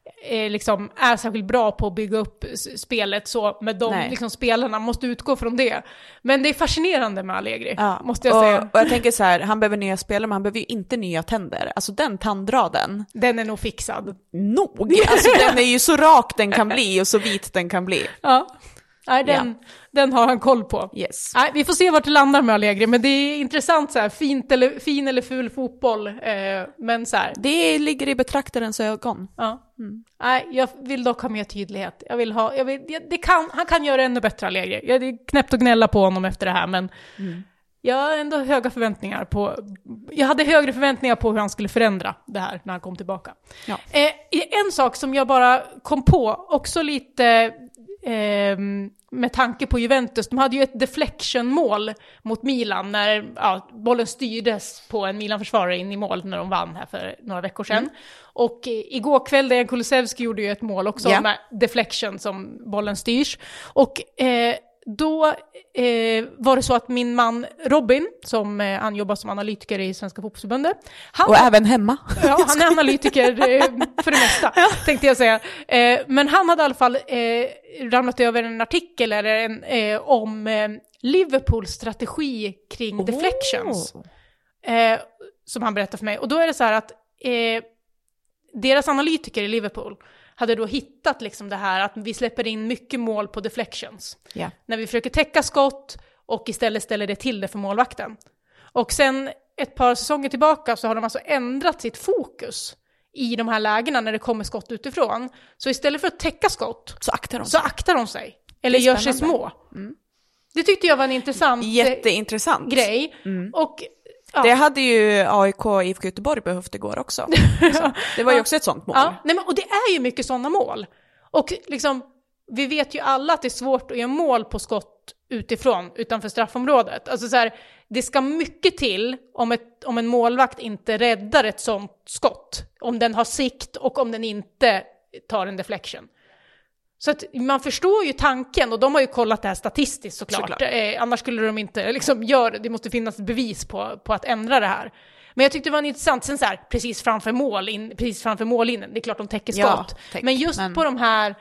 eh, liksom är särskilt bra på att bygga upp spelet så, med de liksom, spelarna måste utgå från det. Men det är fascinerande med Allegri, ja. måste jag och, säga. Och jag tänker så här, han behöver nya spelare, men han behöver ju inte nya tänder. Alltså den tandraden. Den är nog fixad. Nog! Alltså den är ju så rak den kan bli och så vit den kan bli. Ja. Nej, den, ja. den har han koll på. Yes. Nej, vi får se vart det landar med Allegri, men det är intressant så här, fint eller, fin eller ful fotboll, eh, men så här. Det ligger i betraktarens ögon. Ja. Mm. Nej, jag vill dock ha mer tydlighet. Jag vill ha, jag vill, det kan, han kan göra ännu bättre, Allegri. Jag är knäppt att gnälla på honom efter det här, men mm. jag har ändå höga förväntningar på, jag hade högre förväntningar på hur han skulle förändra det här när han kom tillbaka. Ja. Eh, en sak som jag bara kom på, också lite eh, med tanke på Juventus, de hade ju ett deflection-mål mot Milan när ja, bollen styrdes på en Milan-försvarare in i mål när de vann här för några veckor sedan. Mm. Och eh, igår kväll, Dejan Kulusevski gjorde ju ett mål också yeah. med deflection som bollen styrs. Och eh, då eh, var det så att min man Robin, som eh, han jobbar som analytiker i Svenska fotbollsförbundet. Han, och även hemma. Ja, han är analytiker eh, för det mesta, ja. tänkte jag säga. Eh, men han hade i alla fall eh, ramlat över en artikel eller en, eh, om eh, Liverpools strategi kring oh. deflections. Eh, som han berättade för mig. Och då är det så här att eh, deras analytiker i Liverpool hade då hittat liksom det här att vi släpper in mycket mål på deflections. Yeah. När vi försöker täcka skott och istället ställer det till det för målvakten. Och sen ett par säsonger tillbaka så har de alltså ändrat sitt fokus i de här lägena när det kommer skott utifrån. Så istället för att täcka skott så aktar de sig. Så aktar de sig. Eller gör sig små. Mm. Det tyckte jag var en intressant Jätteintressant. grej. Mm. Och ja. Det hade ju A I K I F K Göteborg behövt igår också. Så det var ju också ett sånt mål. Ja. Nej, men, och det är ju mycket sådana mål. Och liksom, vi vet ju alla att det är svårt att göra mål på skott utifrån, utanför straffområdet. Alltså så här, det ska mycket till om, ett, om en målvakt inte räddar ett sånt skott. Om den har sikt och om den inte tar en deflection. Så att man förstår ju tanken, och de har ju kollat det här statistiskt såklart. såklart. Eh, annars skulle de inte liksom göra, det måste finnas ett bevis på, på att ändra det här. Men jag tyckte det var intressant, sen så här, precis framför mål, in, precis framför mållinjen, det är klart de täcker skott. Ja, täck, men just men... på de här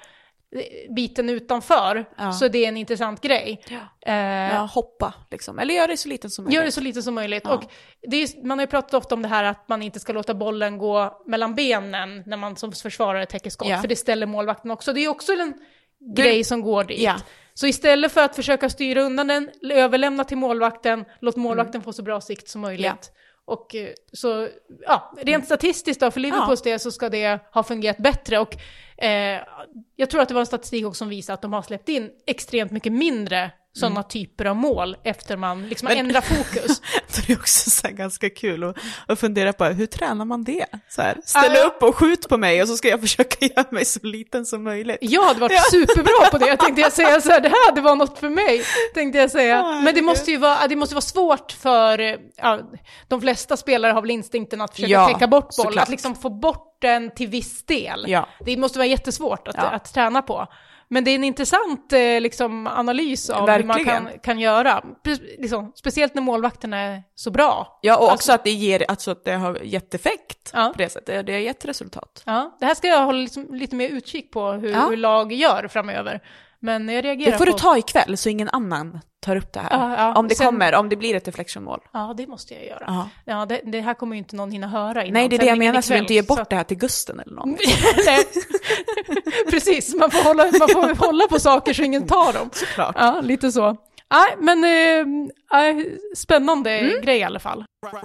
biten utanför ja. så det är en intressant grej. Ja. Eh, ja, hoppa liksom. Eller gör det så lite som möjligt. Gör det så lite som möjligt. Ja. Och det är, man har ju pratat ofta om det här att man inte ska låta bollen gå mellan benen när man som försvarare täcker skott. Ja. För det ställer målvakten också. Det är också en det... grej som går dit. Ja. Så istället för att försöka styra undan den, överlämna till målvakten, låt målvakten mm. få så bra sikt som möjligt. Ja. Och så, ja, rent statistiskt då, för Liverpools ja. del så ska det ha fungerat bättre. Och eh, jag tror att det var en statistik också som visar att de har släppt in extremt mycket mindre sådana mm. typer av mål efter man liksom Men, ändrar fokus. Det är också så här ganska kul att, att fundera på hur tränar man det? Så här, ställa uh, upp och skjut på mig och så ska jag försöka göra mig så liten som möjligt. Jag hade varit ja. superbra på det. Jag tänkte jag säga så här, det här det var något för mig, tänkte jag säga. Oh, Men det måste ju vara, det måste vara svårt för ja, de flesta spelare har väl instinkten att försöka ja, täcka bort boll, såklart. Att liksom få bort den till viss del. Ja. Det måste vara jättesvårt att, ja. att träna på. Men det är en intressant eh, liksom, analys av Verkligen. hur man kan, kan göra. Liksom, speciellt när målvakterna är så bra. Ja, och också alltså, att det ger, alltså att det har gett effekt ja. på det sättet. Det har gett resultat. Ja, det här ska jag hålla liksom, lite mer utkik på hur, ja. hur lag gör framöver. Men jag reagerar det får på... du ta ikväll så ingen annan tar upp det här. Ja, ja. Om det Sen... kommer, om det blir ett deflectionmål. Ja, det måste jag göra. Ja. Ja, det, det här kommer ju inte någon hinna höra innan. Nej, det är det jag menar, så vi inte ger bort så... det här till Gusten eller någon. Precis, man får, hålla, man får hålla på saker så ingen tar dem. Såklart. Ja, lite så. Nej, men äh, spännande mm. grej i alla fall.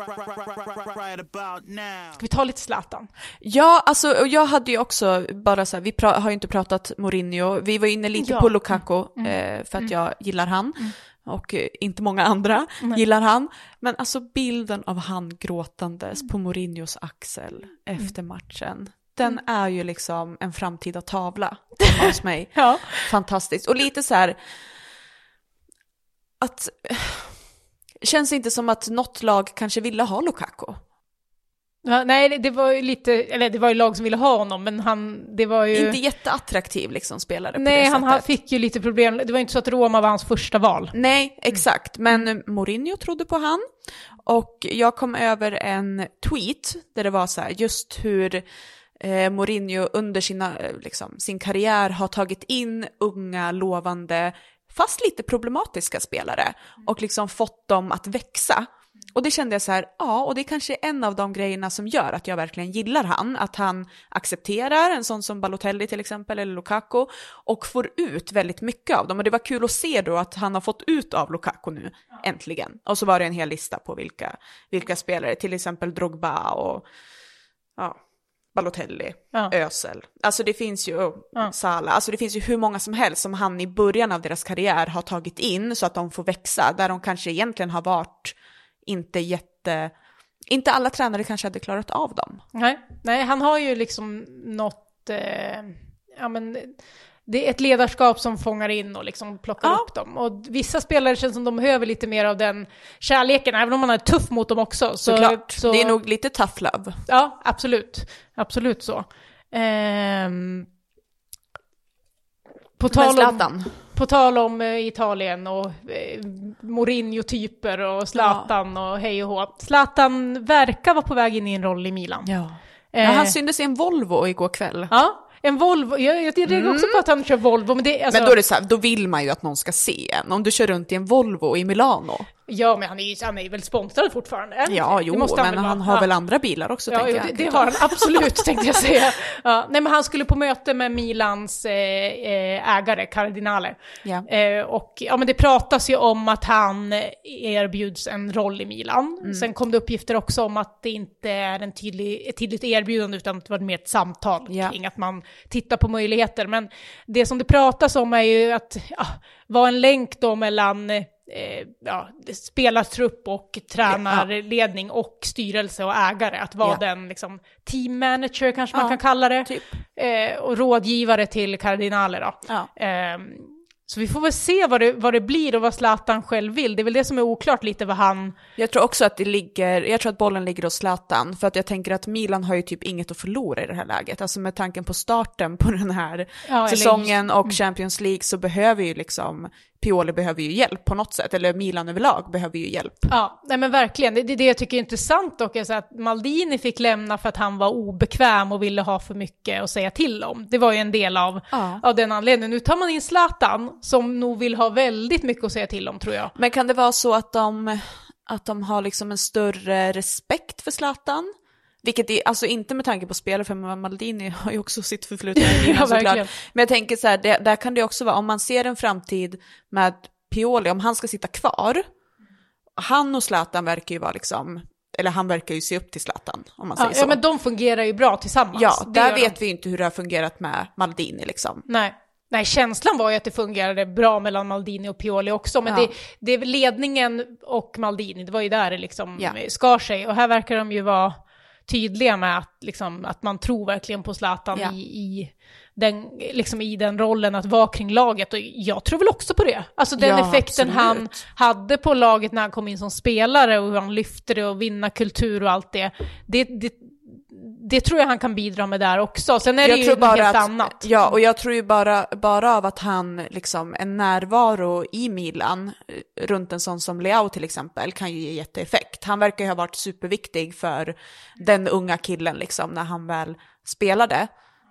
Ska vi ta lite Zlatan? Ja, alltså jag hade ju också bara så här, vi pra- har ju inte pratat Mourinho. Vi var inne lite ja. på Lukaku mm. eh, för att mm. jag gillar han. Mm. Och eh, inte många andra mm. gillar han. Men alltså bilden av han gråtandes mm. på Mourinhos axel mm. efter matchen. Den mm. är ju liksom en framtida tavla hos mig. Ja. Fantastiskt. Och lite så här att känns inte som att något lag kanske ville ha Lukaku. Ja, nej, det var ju lite, eller det var ju lag som ville ha honom, men han, det var ju... Inte jätteattraktiv liksom spelare på nej, det han sättet. fick ju lite problem. Det var inte så att Roma var hans första val. Nej, exakt. Men mm. Mourinho trodde på han. Och jag kom över en tweet där det var så här, just hur eh, Mourinho under sina, eh, liksom, sin karriär har tagit in unga, lovande, fast lite problematiska spelare och liksom fått dem att växa. Och det kände jag så här, ja, och det är kanske en av de grejerna som gör att jag verkligen gillar han. Att han accepterar en sån som Balotelli till exempel, eller Lukaku, och får ut väldigt mycket av dem. Och det var kul att se då att han har fått ut av Lukaku nu, äntligen. Och så var det en hel lista på vilka, vilka spelare, till exempel Drogba och ja, Balotelli, ja. Özil. Alltså det finns ju ja. Salah, alltså det finns ju hur många som helst som han i början av deras karriär har tagit in så att de får växa, där de kanske egentligen har varit inte jätte... Inte alla tränare kanske hade klarat av dem. Nej, Nej han har ju liksom något... Eh, ja, men, det är ett ledarskap som fångar in och liksom plockar ja. upp dem. Och vissa spelare känns som de behöver lite mer av den kärleken, även om man är tuff mot dem också. Så, Såklart, så, det är nog lite tough love. Ja, absolut. Absolut så. Ehm, på tal om... På tal om eh, Italien och eh, Mourinho-typer och Zlatan ja. och hej och hå. Zlatan verkar vara på väg in i en roll i Milan. Ja. Eh. Ja, han syntes i en Volvo igår kväll. Ja, en Volvo. Jag, jag reagerar mm. också på att han kör Volvo. Men, det, alltså... men då är det så här, då vill man ju att någon ska se en. Om du kör runt i en Volvo i Milano. Ja, men han är ju han är väl sponsrad fortfarande. Ja, jo, men han, han har ja. väl andra bilar också, ja, tänker jo, jag. Det, det har han absolut, tänkte jag säga. Ja, nej, men han skulle på möte med Milans eh, ägare, Cardinale. Ja. Eh, och ja, men det pratas ju om att han erbjuds en roll i Milan. Mm. Sen kom det uppgifter också om att det inte är en tydlig, ett tydligt erbjudande, utan att det var mer ett samtal ja. kring att man tittar på möjligheter. Men det som det pratas om är ju att ja, vara en länk då mellan... Eh, ja, spelartrupp och tränarledning ja. och styrelse och ägare, att vara ja. den liksom, team manager kanske ja, man kan kalla det typ. eh, och rådgivare till Cardinale då. Ja. Eh, så vi får väl se vad det, vad det blir och vad Zlatan själv vill. Det är väl det som är oklart lite vad han... Jag tror också att det ligger, jag tror att bollen ligger hos Zlatan, för att jag tänker att Milan har ju typ inget att förlora i det här läget. Alltså med tanken på starten på den här ja, säsongen eller... och Champions League, så behöver ju liksom Pioli behöver ju hjälp på något sätt, eller Milan överlag behöver ju hjälp. Ja, nej men verkligen. Det är det, det jag tycker är intressant dock, är så att Maldini fick lämna för att han var obekväm och ville ha för mycket att säga till om. Det var ju en del av, ja. av den anledningen. Nu tar man in Zlatan som nog vill ha väldigt mycket att säga till om, tror jag. Men kan det vara så att de, att de har liksom en större respekt för Zlatan? Vilket är, alltså inte med tanke på spelare, för Maldini har ju också sitt förflutna i Milan, ja, såklart. Men jag tänker så här, det, där kan det också vara, om man ser en framtid med Pioli, om han ska sitta kvar, han och Zlatan verkar ju vara liksom, eller han verkar ju se upp till Zlatan, om man ja, säger så. Ja, men de fungerar ju bra tillsammans. Ja, där vet de. vi inte hur det har fungerat med Maldini liksom. Nej. Nej, känslan var ju att det fungerade bra mellan Maldini och Pioli också, men ja. det, det ledningen och Maldini, det var ju där det liksom ja. skar sig, och här verkar de ju vara tydliga med att, liksom, att man tror verkligen på Zlatan ja. i, i, den, liksom i den rollen att vara kring laget, och jag tror väl också på det. Alltså den ja, effekten absolut. han hade på laget när han kom in som spelare, och hur han lyfte det och vinna kultur och allt det, det, det det tror jag han kan bidra med där också. Sen är det jag ju tror bara helt att, annat. Ja, och jag tror ju bara, bara av att han liksom, en närvaro i Milan runt en sån som Leao till exempel kan ju ge jätteeffekt. Han verkar ju ha varit superviktig för den unga killen liksom när han väl spelade.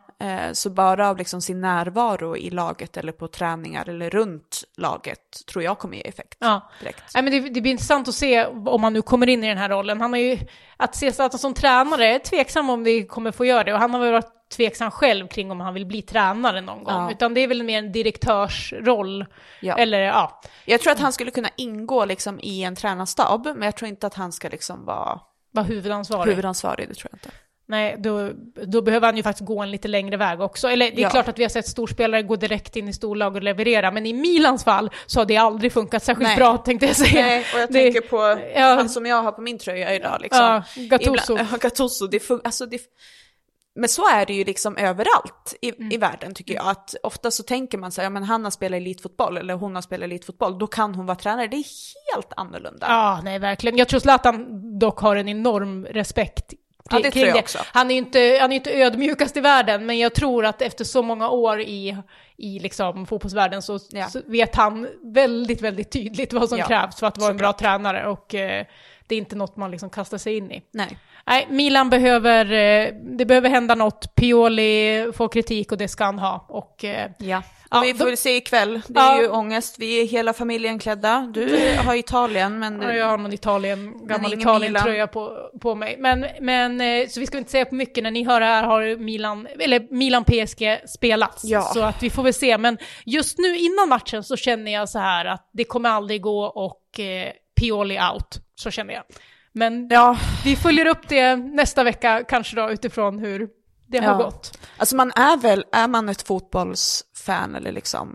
Så bara av liksom sin närvaro i laget eller på träningar eller runt laget tror jag kommer ge effekt ja. direkt. Nej, men det, det blir intressant att se om han nu kommer in i den här rollen. Han har ju, att se Zlatan som tränare, är tveksam om vi kommer få göra det, och han har väl varit tveksam själv kring om han vill bli tränare någon gång, ja. utan det är väl mer en direktörsroll. Ja. Eller, ja. Jag tror att han skulle kunna ingå liksom i en tränarstab, men jag tror inte att han ska liksom vara var huvudansvarig. huvudansvarig, det tror jag inte. Nej, då, då behöver han ju faktiskt gå en lite längre väg också. Eller det är ja. klart att vi har sett storspelare gå direkt in i storlag och leverera, men i Milans fall så har det aldrig funkat särskilt Nej. bra, tänkte jag säga. Nej, och jag det, tänker på ja. han som jag har på min tröja idag. Liksom. Ja, Gattuso. Ibland, ja, Gattuso, det fun- alltså det, men så är det ju liksom överallt i, mm. i världen, tycker jag. Att ofta så tänker man så här, ja, men han har spelat elitfotboll eller hon har spelat elitfotboll, då kan hon vara tränare. Det är helt annorlunda. Ja, nej, verkligen. Jag tror Zlatan dock har en enorm respekt. Ja, det tror jag också. Han är ju inte, han är inte ödmjukast i världen, men jag tror att efter så många år i, i liksom fotbollsvärlden så, ja. så vet han väldigt, väldigt tydligt vad som ja. krävs för att vara så en bra klart. tränare. Och eh, det det är inte något man liksom kastar sig in i. Nej. Nej, Milan behöver, det behöver hända något. Pioli får kritik och det ska han ha. Och, ja. Ja, vi får då, väl se ikväll. Det är ja. ju ångest. Vi är hela familjen klädda. Du har Italien, men... Ja, jag har någon Italien, gammal Italien-tröja på, på mig. Men, men, så vi ska inte säga på mycket. När ni hör det här har Milan, eller Milan P S G spelats. Ja. Så att vi får väl se. Men just nu innan matchen så känner jag så här att det kommer aldrig gå och eh, Pioli out. Så känner jag. Men ja. vi följer upp det nästa vecka kanske då utifrån hur det har ja. gått. Alltså man är väl, är man ett fotbollsfan eller liksom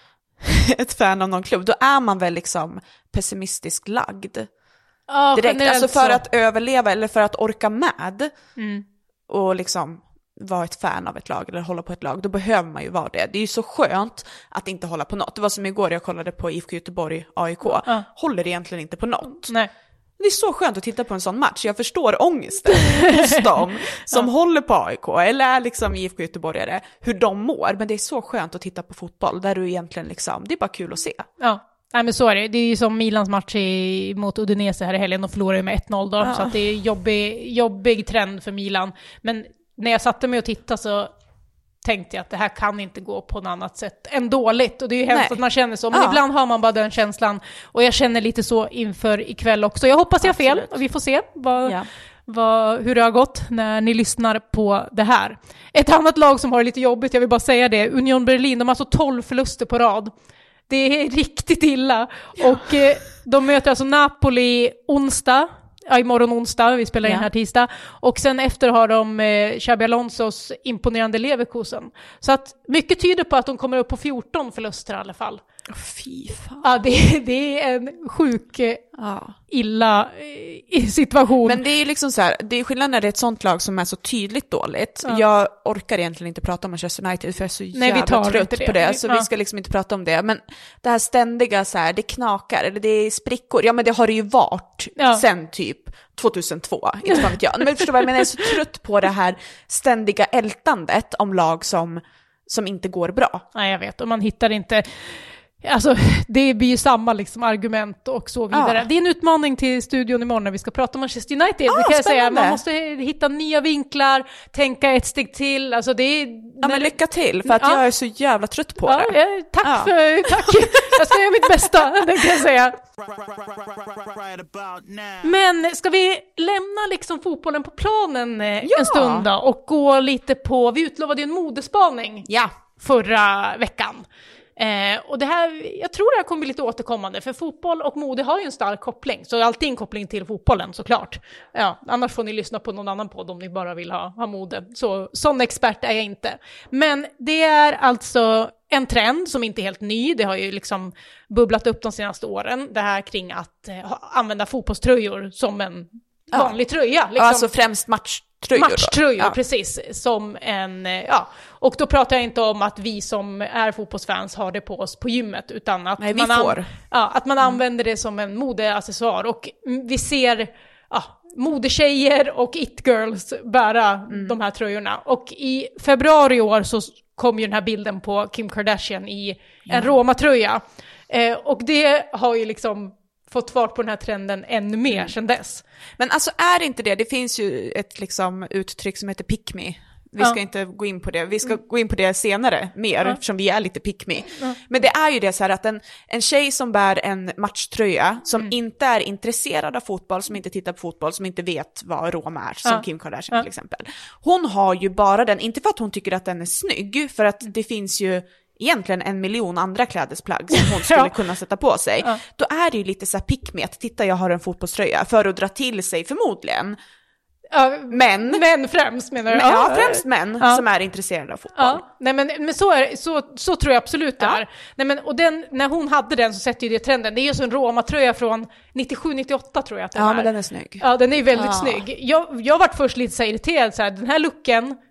ett fan av någon klubb, då är man väl liksom pessimistiskt lagd. Ja, direkt. Alltså för så. att överleva eller för att orka med mm. och liksom vara ett fan av ett lag eller hålla på ett lag, då behöver man ju vara det. Det är ju så skönt att inte hålla på något. Det var som igår jag kollade på I F K Göteborg A I K. Ja. Håller egentligen inte på något. Nej. Det är så skönt att titta på en sån match. Jag förstår ångesten hos dem som ja. håller på A I K eller är liksom I F K Göteborgare, hur de mår. Men det är så skönt att titta på fotboll där du egentligen liksom, det är bara kul att se. Ja, nej men så är det. Det är ju som Milans match i, mot Udinese här i helgen och förlorade med ett noll då. Ja. Så att det är jobbig, jobbig trend för Milan. Men när jag satte mig och tittade så tänkte jag att det här kan inte gå på något annat sätt än dåligt. Och det är ju hemskt Nej. att man känner så. Men ja. ibland har man bara den känslan. Och jag känner lite så inför ikväll också. Jag hoppas jag har fel Absolut. och vi får se vad, Ja. vad, hur det har gått när ni lyssnar på det här. Ett annat lag som har det lite jobbigt, jag vill bara säga det. Union Berlin, de har alltså tolv förluster på rad. Det är riktigt illa. Ja. Och eh, de möter alltså Napoli onsdag. Ja, imorgon onsdag, vi spelar in ja. här tisdag. Och sen efter har de eh, Xabi Alonsos imponerande Leverkusen. Så att mycket tyder på att de kommer upp på fjorton förluster i alla fall. Oh, fy fan. Ja, det, det är en sjuk, eh, ja. illa eh, situation. Men det är ju liksom så här, det är skillnad när det är ett sånt lag som är så tydligt dåligt. Ja. Jag orkar egentligen inte prata om Manchester United för jag är så Nej, jävla vi tar trött inte det. på det. Så ja. vi ska liksom inte prata om det. Men det här ständiga så här, det knakar eller det är sprickor. Ja, men det har det ju varit Ja. sen typ tjugohundratvå, inte fan vet jag. Men förstår vad jag menar, jag är så trött på det här ständiga ältandet om lag som, som inte går bra. Nej, jag vet. Och man hittar inte... Alltså, det blir ju samma liksom argument och så vidare. Ja. Det är en utmaning till studion imorgon när vi ska prata om Manchester United. Ah, det kan jag säga. spännande. Man måste hitta nya vinklar, tänka ett steg till. Alltså, det är... Ja, men lycka till, för att Ja. jag är så jävla trött på Ja, det. ja, tack Ja. för... Tack. Jag ska göra mitt bästa, det kan jag säga. Right about now. Men ska vi lämna liksom fotbollen på planen eh, Ja. en stund då och gå lite på... Vi utlovade ju en modespaning Ja. förra veckan. Eh, och det här, jag tror det här kommer bli lite återkommande, för fotboll och mode har ju en stark koppling, så alltid en koppling till fotbollen såklart. Ja, annars får ni lyssna på någon annan podd om ni bara vill ha, ha mode. Så sån expert är jag inte. Men det är alltså en trend som inte är helt ny, det har ju liksom bubblat upp de senaste åren, det här kring att eh, använda fotbollströjor som en Ja. vanlig tröja. Liksom. Alltså främst match. Tröjor Matchtröjor, ja. precis. Som en, ja. Och då pratar jag inte om att vi som är fotbollsfans har det på oss på gymmet, utan att, Nej, vi man, får. An- ja, att man mm. använder det som en modeaccessoar. Och vi ser ja, modetjejer och it-girls bära mm. de här tröjorna. Och i februari i år så kom ju den här bilden på Kim Kardashian i ja. en Roma-tröja. Eh, och det har ju liksom fått fart på den här trenden ännu mer mm. sedan dess. Men alltså är inte det, det finns ju ett liksom uttryck som heter pick me. Vi ska ja. inte gå in på det, vi ska mm. gå in på det senare mer, ja. eftersom vi är lite pick me. Ja. Men det är ju det så här att en, en tjej som bär en matchtröja, som mm. inte är intresserad av fotboll, som inte tittar på fotboll, som inte vet vad Roma är, som ja. Kim Kardashian ja. till exempel. Hon har ju bara den, inte för att hon tycker att den är snygg, för att det finns ju egentligen en miljon andra klädesplagg som hon skulle ja. kunna sätta på sig. Ja. Då är det ju lite så här pick me att titta, jag har en fotbollströja, för att dra till sig förmodligen. Ja, män, män främst menar du? Men, ja, främst män ja. som är intresserade av fotboll. Ja. Nej, men, men så, är, så, så tror jag absolut det är. Ja. Nej, men, och den, när hon hade den så sätter ju det trenden. Det är ju så en Roma-tröja från nittiosju nittiåtta tror jag att den ja, är. Ja, men den är snygg. Ja, den är väldigt ja. snygg. Jag, jag har varit först lite så här irriterad så här, den här looken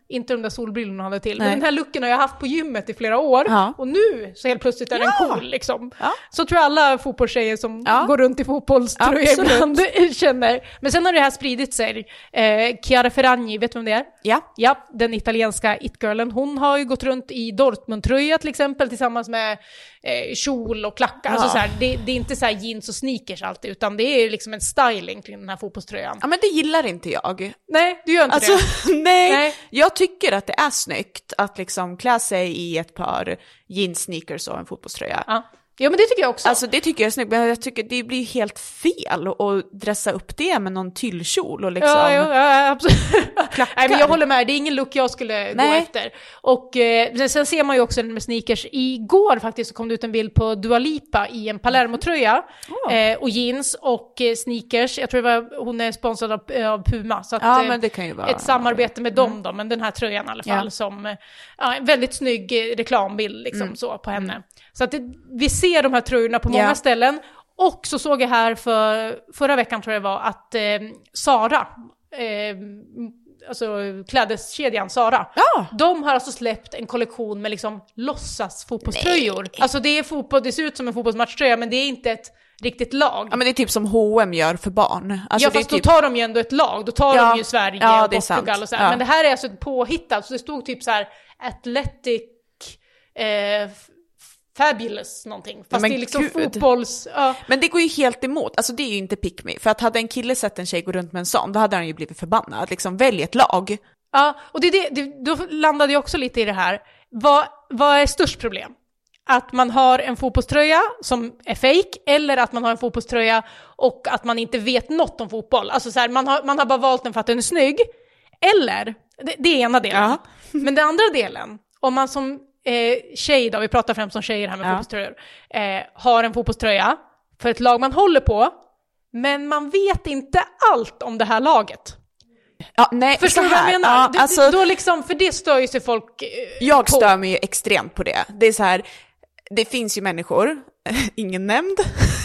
inte de där solbrillorna hade till. Nej. Men den här looken har jag haft på gymmet i flera år. Ja. Och nu så helt plötsligt är den Ja. cool liksom. Ja. Så tror jag alla fotbollstjejer som Ja. går runt i fotbollströja Absolut. ibland känner. Men sen har det här spridit sig. Eh, Chiara Ferragni, vet du vem det är? Ja. Ja, den italienska it-girlen. Hon har ju gått runt i Dortmund-tröja till exempel tillsammans med eh, kjol och klackar. Ja. Alltså så här, det, det är inte så här jeans och sneakers alltid, utan det är liksom en styling kring den här fotbollströjan. Ja, men det gillar inte jag. Nej, du gör inte Alltså, det. nej. Nej. Jag tycker att det är snyggt att liksom klä sig i ett par jeans, sneakers och en fotbollströja. Ja. Ja, men det tycker jag också. Alltså det tycker jag är snyggt, men jag tycker det blir helt fel att dressa upp det med någon tyllkjol och liksom... Ja, ja, ja, absolut. Nej, men jag håller med, det är ingen look jag skulle Nej. gå efter. Och eh, sen ser man ju också med sneakers. Igår faktiskt så kom det ut en bild på Dua Lipa i en Palermo-tröja Oh. eh, och jeans och eh, sneakers. Jag tror det var, hon är sponsrad av, av Puma. Så att, Ja, eh, men det kan ju vara... ett samarbete med dem då, men den här tröjan i alla fall Ja. som, eh, ja, en väldigt snygg eh, reklambild liksom Mm. så på henne. Så att det, vi ser de här tröjorna på många Ja. ställen. Och så såg jag här för förra veckan tror jag det var att eh, Zara, eh, alltså klädeskedjan Zara, Ja. de har alltså släppt en kollektion med liksom låtsas fotbollströjor. Nej. Alltså det är fotboll, det ser ut som en fotbollsmatchtröja, men det är inte ett riktigt lag. Ja, men det är typ som H och M gör för barn. Alltså, Ja, det är fast typ... då tar de ju ändå ett lag. Då tar Ja. de ju Sverige Ja, och det är Portugal sant. och så här. Ja. Men det här är alltså ett påhittat, så det stod typ så här Athletic eh, Fabulous någonting. Fast men det är liksom gud. fotbolls... Ja. Men det går ju helt emot, alltså det är ju inte pick me. För att hade en kille sett en tjej gå runt med en sån, då hade han ju blivit förbannad. Liksom, välj ett lag. Ja, och det, det, det, då landade jag också lite i det här. Vad, vad är störst problem? Att man har en fotbollströja som är fake, eller att man har en fotbollströja och att man inte vet något om fotboll. Alltså så här, man har, man har bara valt den för att den är snygg. Eller, det, det är ena delen. Ja. Men den andra delen, om man som eh, tjej då, vi pratar främst om tjejer här med Ja. fotbollströjor, eh, har en fotbollströja för ett lag man håller på, men man vet inte allt om det här laget. Ja, nej, Förstår så du vad här. jag menar? Ja, Det- alltså, då liksom, för det stör ju sig folk eh, jag på. stör mig ju extremt på det. Det är så här, det finns ju människor, ingen nämnd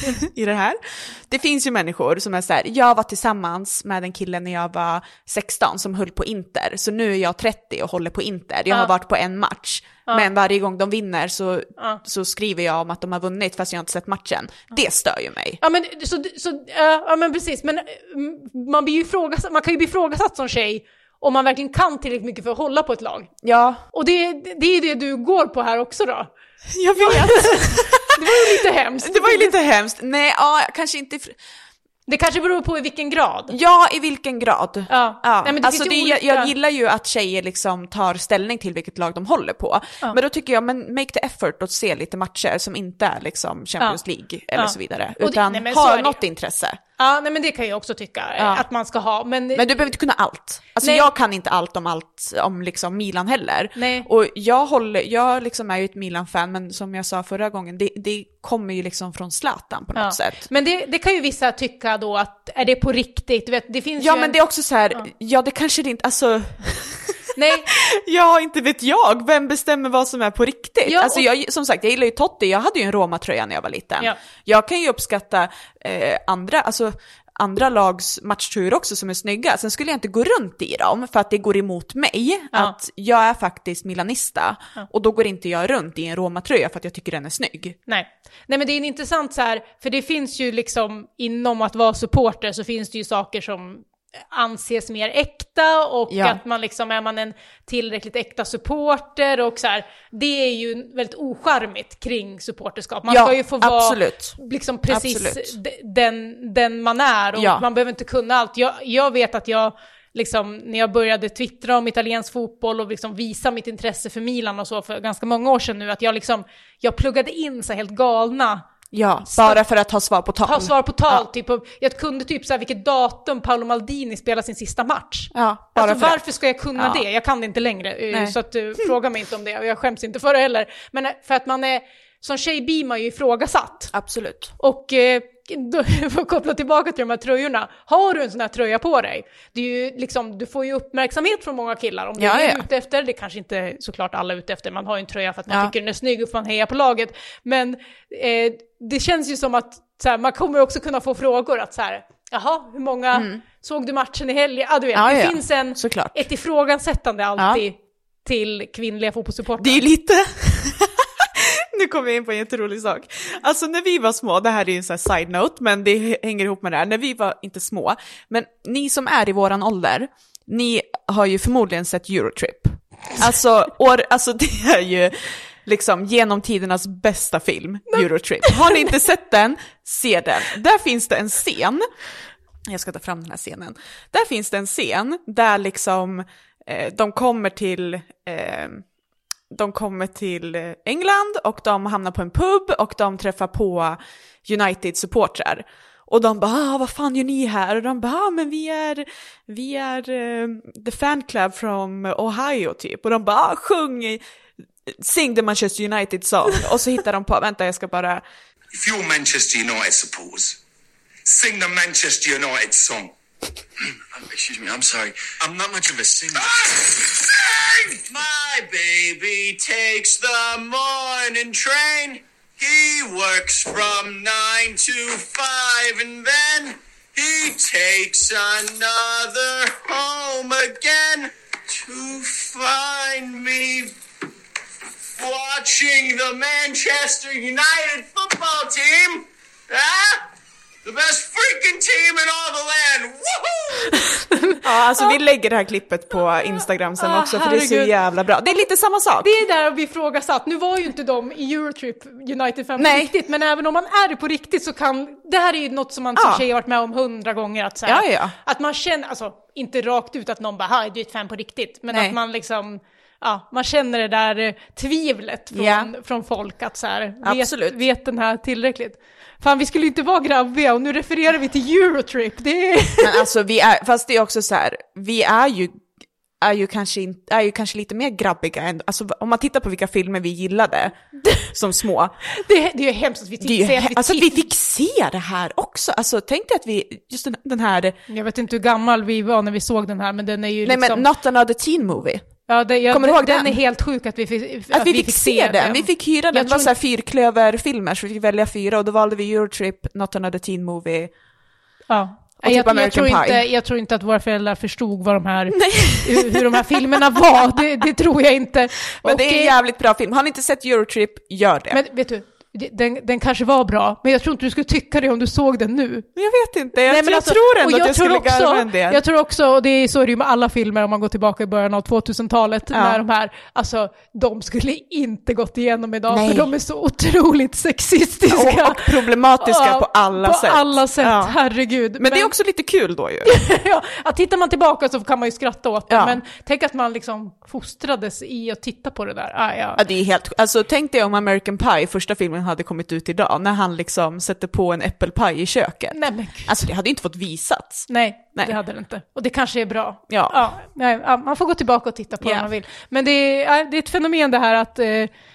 i det här. Det finns ju människor som är så här, jag var tillsammans med en kille när jag var sexton som höll på Inter. Så nu är jag trettio och håller på Inter. Jag har Ja. varit på en match. Ja. Men varje gång de vinner så, Ja. så skriver jag om att de har vunnit fast jag inte sett matchen. Det stör ju mig. Ja men, så, så, äh, ja, men precis, men mm, man, blir ju ifrågasatt, man kan ju bli ifrågasatt som tjej om man verkligen kan tillräckligt mycket för att hålla på ett lag. Ja, Och det, det är det du går på här också då. jag vet. Det var ju lite hemskt. Det var ju lite hemskt. Nej, ja, kanske inte... fr- Det kanske beror på i vilken grad. Ja, i vilken grad? Ja. Ja. Nej, men det alltså finns ju det, jag, olika- jag gillar ju att tjejer liksom tar ställning till vilket lag de håller på. Ja. Men då tycker jag, men make the effort att se lite matcher som inte är liksom Champions Ja. League eller Ja. så vidare. Och det- Utan nej, men så ha är det. något intresse. Ja, nej men det kan jag också tycka eh, Ja. att man ska ha. Men, Men du behöver inte kunna allt. Alltså Nej. jag kan inte allt om allt om liksom Milan heller. Nej. Och jag håller, jag liksom är ju ett Milan-fan, men som jag sa förra gången, det, det kommer ju liksom från Zlatan på något ja. sätt. Men det, det kan ju vissa tycka då att är det på riktigt? Du vet, det finns Ja, ju men en... det är också så här, ja, ja det kanske det inte, alltså... Nej, Ja, inte vet jag. Vem bestämmer vad som är på riktigt? Ja, Alltså och- jag, som sagt, jag gillar ju Totti. Jag hade ju en Roma-tröja när jag var liten. Ja. Jag kan ju uppskatta eh, andra, alltså andra lags matchtröjor också som är snygga. Sen skulle jag inte gå runt i dem för att det går emot mig. Ja. Att jag är faktiskt milanista. Ja. Och då går inte jag runt i en Roma-tröja för att jag tycker den är snygg. nej. Nej, men det är en intressant så här, för det finns ju liksom inom att vara supporter så finns det ju saker som anses mer äkta och Ja. att man liksom är man en tillräckligt äkta supporter och så här, det är ju väldigt ocharmigt kring supporterskap. Man Ja, ska ju få vara absolut. liksom precis Absolut. d- den, den man är och Ja. man behöver inte kunna allt. Jag, jag vet att jag liksom, när jag började twittra om italiensk fotboll och liksom visa mitt intresse för Milan och så för ganska många år sedan nu, att jag liksom, jag pluggade in så här helt galna Ja, bara för att ha svar på tal. ha svar på tal, Ja. typ, och jag kunde typ så här vilket datum Paolo Maldini spelar sin sista match. Ja, bara Alltså för varför ska jag kunna Ja. det? Jag kan det inte längre, eh, Nej. så att uh, fråga mig inte om det och jag skäms inte för det heller. Men eh, för att man är, som tjej blir man ju ifrågasatt. Absolut. Och eh, då, för att koppla tillbaka till de här tröjorna, har du en sån här tröja på dig, det är ju liksom, du får ju uppmärksamhet från många killar om du Ja, är ja. ute efter, det kanske inte såklart alla är ute efter, man har ju en tröja för att man Ja. tycker den är snygg och för att man hejar på laget, men eh, det känns ju som att så här, man kommer också kunna få frågor att så här, Jaha, hur många mm. såg du matchen i helgen? Ja, du vet, ja, det ja, finns en, såklart. ett ifrågasättande alltid ja. till kvinnliga fotbollssupportrar. Det är lite... Nu kommer jag in på en jätterolig sak. Alltså när vi var små, det här är ju en sån här side note, men det hänger ihop med det här. När vi var inte små, men ni som är i våran ålder, ni har ju förmodligen sett Eurotrip. Alltså, år, alltså det är ju liksom genom tidernas bästa film, Eurotrip. Har ni inte sett den, se den. Där finns det en scen, jag ska ta fram den här scenen. Där finns det en scen där liksom eh, de kommer till... Eh, De kommer till England och de hamnar på en pub och de träffar på United-supportrar. Och de bara, ah, vad fan gör ni här? Och de bara, ah, men vi är, vi är uh, the fan club from Ohio typ. Och de bara, ah, sjung, sing the Manchester United song. Och så hittar de på, vänta jag ska bara... If you're Manchester United supporters, sing the Manchester United song. Excuse me, I'm sorry. I'm not much of a singer. My baby takes the morning train. He works from nine to five and then he takes another home again to find me watching the Manchester United football team. Ah! The best freaking team in all the land! Woohoo! Ja, alltså vi lägger det här klippet på Instagram sen också, för det är så jävla bra. Det är lite samma sak. Det är där vi ifrågasatt. Nu var ju inte de i Eurotrip United-fan på riktigt, men även om man är det på riktigt så kan... Det här är ju något som man som ja. tjej har varit med om hundra gånger. Att, så här, ja, ja. att man känner, alltså inte rakt ut att någon bara, är du ett fan på riktigt? Men Nej. Att man liksom... Ja, man känner det där eh, tvivlet från, yeah. från folk att så här, vet, vet den här tillräckligt. Fan, vi skulle inte vara grabbiga och nu refererar vi till Eurotrip. Det är... Men alltså, vi är, fast det är också så här, vi är ju, är ju, kanske, in, är ju kanske lite mer grabbiga än, alltså om man tittar på vilka filmer vi gillade som små. Det, det är ju hemskt att vi fick se. He- alltså att vi fick se det här också. Alltså tänk dig att vi, just den, den här... Jag vet inte hur gammal vi var när vi såg den här, men den är ju Nej, liksom... men Not Another Teen Movie. Ja, det, jag, Kommer den, du ihåg den den? är helt sjuk att vi fick, att, att vi, vi fick, fick se den. den. Vi fick hyra den. Det var så här fyrklöverfilmer så vi fick välja fyra och då valde vi Eurotrip, Not Another Teen Movie. Ja. Och typ jag, jag, tror inte, jag tror inte att våra föräldrar förstod vad de här, hur, hur de här filmerna var. Det, det tror jag inte. Men och, det är en jävligt bra film. Har ni inte sett Eurotrip, gör det. Men vet du, den, den kanske var bra, men jag tror inte du skulle tycka det om du såg den nu. Jag vet inte, jag, Nej, men jag alltså, tror ändå jag att jag tror skulle också, garva en del. Jag tror också, och det är så är det ju med alla filmer om man går tillbaka i början av tvåtusentalet, ja. när de här, alltså de skulle inte gått igenom idag. Nej. För de är så otroligt sexistiska. Och, och problematiska ja, på alla på sätt. På alla sätt, ja. herregud. Men, men det är också lite kul då ju. Ja, att tittar man tillbaka så kan man ju skratta åt det, ja. Men tänk att man liksom fostrades i att titta på det där. Ah, ja. Ja, det är helt, alltså tänk dig om American Pie, första filmen hade kommit ut idag, när han liksom sätter på en äppelpaj i köket. Nej, men... Alltså det hade inte fått visats. Nej, nej, det hade det inte. Och det kanske är bra. Ja. Ja, nej, ja, man får gå tillbaka och titta på yeah. om man vill. Men det är, det är ett fenomen det här att eh,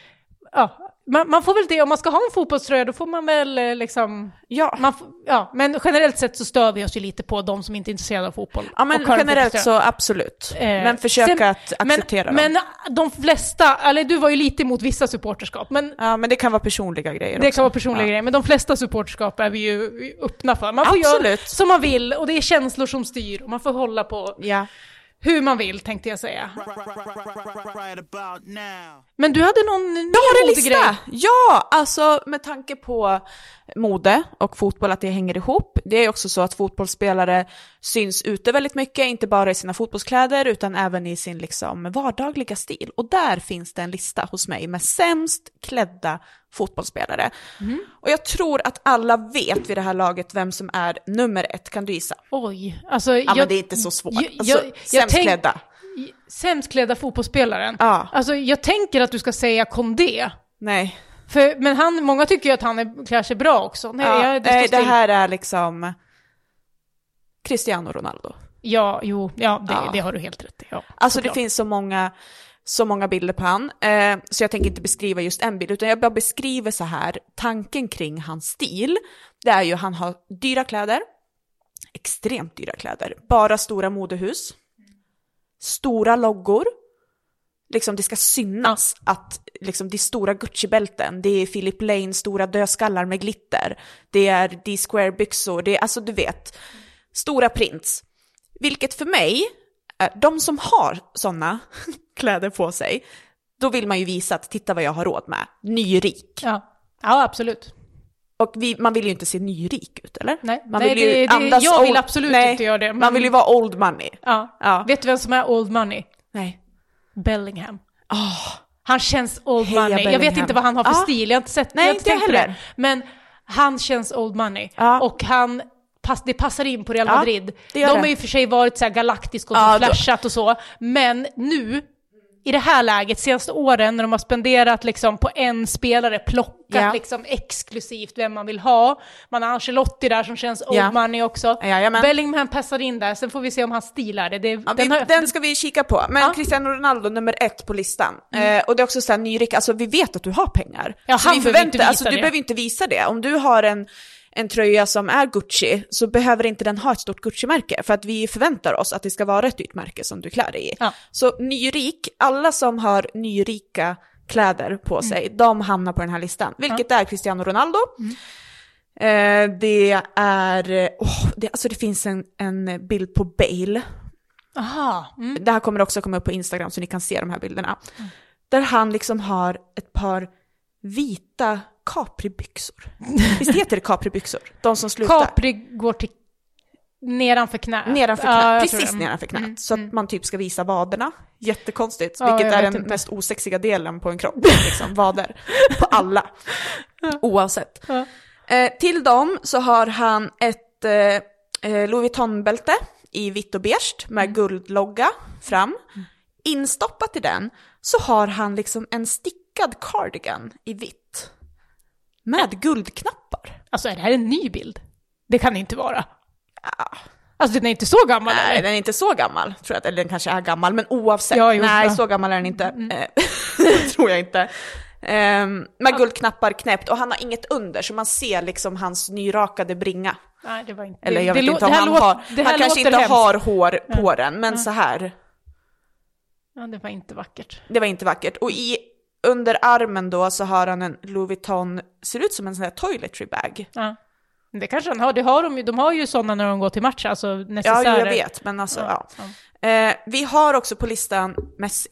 ja, man, man får väl det, om man ska ha en fotbollströja då får man väl eh, liksom, ja, man får, ja, men generellt sett så stör vi oss ju lite på de som inte är intresserade av fotboll. Ja, men generellt så absolut. Eh, men försöka sen, att acceptera men, dem. Men de flesta, eller du var ju lite emot vissa supporterskap. Men, ja, men det kan vara personliga grejer Det också. kan vara personliga ja. grejer, men de flesta supporterskap är vi ju öppna för. Man får absolut. göra som man vill och det är känslor som styr och man får hålla på... Ja. Hur man vill, tänkte jag säga. Men du hade någon ny modegrej. Ja, alltså med tanke på mode och fotboll, att det hänger ihop. Det är också så att fotbollsspelare syns ute väldigt mycket, inte bara i sina fotbollskläder utan även i sin liksom vardagliga stil. Och där finns det en lista hos mig med sämst klädda fotbollsspelare. Mm. Och jag tror att alla vet vid det här laget vem som är nummer ett. Kan du gissa? Oj, alltså... Ja, jag, men det är inte så svårt. Jag, alltså, jag, sämst jag tänk, klädda. Sämst klädda fotbollsspelaren? Ja. Alltså, jag tänker att du ska säga Condé. Nej. För, men han, många tycker ju att han är, klär sig bra också. Nej, ja, jag, det, nej, det här är liksom Cristiano Ronaldo. Ja, jo, ja, det, ja. det har du helt rätt i. Ja, alltså det finns så många, så många bilder på han. Eh, så jag tänker inte beskriva just en bild, utan jag bara beskriver så här tanken kring hans stil. Det är ju han har dyra kläder, extremt dyra kläder, bara stora modehus, stora loggor. Liksom det ska synas att liksom det är stora Gucci-bälten, det är Philip Lane stora dödskallar med glitter, det är D-square byxor, det är, alltså du vet, stora prints. Vilket för mig, är de som har sådana kläder på sig, då vill man ju visa att titta vad jag har råd med. Nyrik. Ja, ja absolut. Och vi, man vill ju inte se nyrik ut, eller? Nej, man Nej vill ju det, det, andas jag vill old, absolut nej, inte göra det. Men... Man vill ju vara old money. Ja. Ja. Vet du vem som är old money? Nej. Bellingham. Oh. Han känns old Heja money. Bellingham. Jag vet inte vad han har för Ja. stil. Jag har inte sett Nej, jag har inte tänkt på heller. det. Men han känns old money. Ja. Och han, pass, det passar in på Real Ja, Madrid. det De gör har det. ju för sig varit så här galaktiska och Ja, då- flashat och så. Men nu, i det här läget, senaste åren när de har spenderat liksom på en spelare, plockat Ja. liksom exklusivt vem man vill ha. Man har Ancelotti där som känns old Ja. money också. Jajamän. Bellingham passar in där, sen får vi se om hans stil är det. det Ja, den vi, har, den ska vi kika på. Men Ja. Cristiano Ronaldo nummer ett på listan. Eh, och det är också så här nyrik, alltså vi vet att du har pengar. Ja, så han vi behöver inte visa alltså, du det. behöver inte visa det. Om du har en, en tröja som är Gucci så behöver inte den ha ett stort Gucci-märke. För att vi förväntar oss att det ska vara ett dyrt märke som du klär dig i. Ja. Så nyrik, alla som har nyrika kläder på sig, de hamnar på den här listan. Vilket är Cristiano Ronaldo. Eh, det är, oh, det, alltså det finns en, en bild på Bale. aha, mm. Det här kommer också komma upp på Instagram så ni kan se de här bilderna. Mm. Där han liksom har ett par vita Capri-byxor. Visst heter det Capri-byxor? De som slutar. Capri går till nedanför knät. Nedanför knät, Ja, jag precis tror det. nedanför knät. Mm, Så att mm. man typ ska visa vaderna. Jättekonstigt, Ja, vilket jag är vet den inte. mest osexiga delen på en kropp. Liksom, vader. På alla. Oavsett. Ja. Eh, till dem så har han ett eh, Louis Vuitton-bälte i vitt och beige med Mm. guldlogga fram. Instoppat i den så har han liksom en stickad cardigan i vitt. Med guldknappar. Alltså är det här en ny bild? Det kan det inte vara. Ja. Alltså den är inte så gammal Nej, eller? den är inte så gammal, tror jag. Eller den kanske är gammal, men oavsett. Ja, jo, Nej, ja. så gammal är den inte. Eh, tror jag inte. Um, med guldknappar knäppt. Och han har inget under, så man ser liksom hans nyrakade bringa. Nej, det var inte. Eller jag det, vet det, inte om det här han låter- har. det här Han kanske låter inte hemskt. har hår på den, men så här. Ja, det var inte vackert. Det var inte vackert. Och i under armen då så har han en Louis Vuitton, ser ut som en sån här toiletry bag. Ja. Det kanske han har. Det har de ju. De har ju sådana när de går till match, alltså Ja, necessärer. jo, jag vet, men alltså, ja. Ja, Eh, vi har också på listan Messi.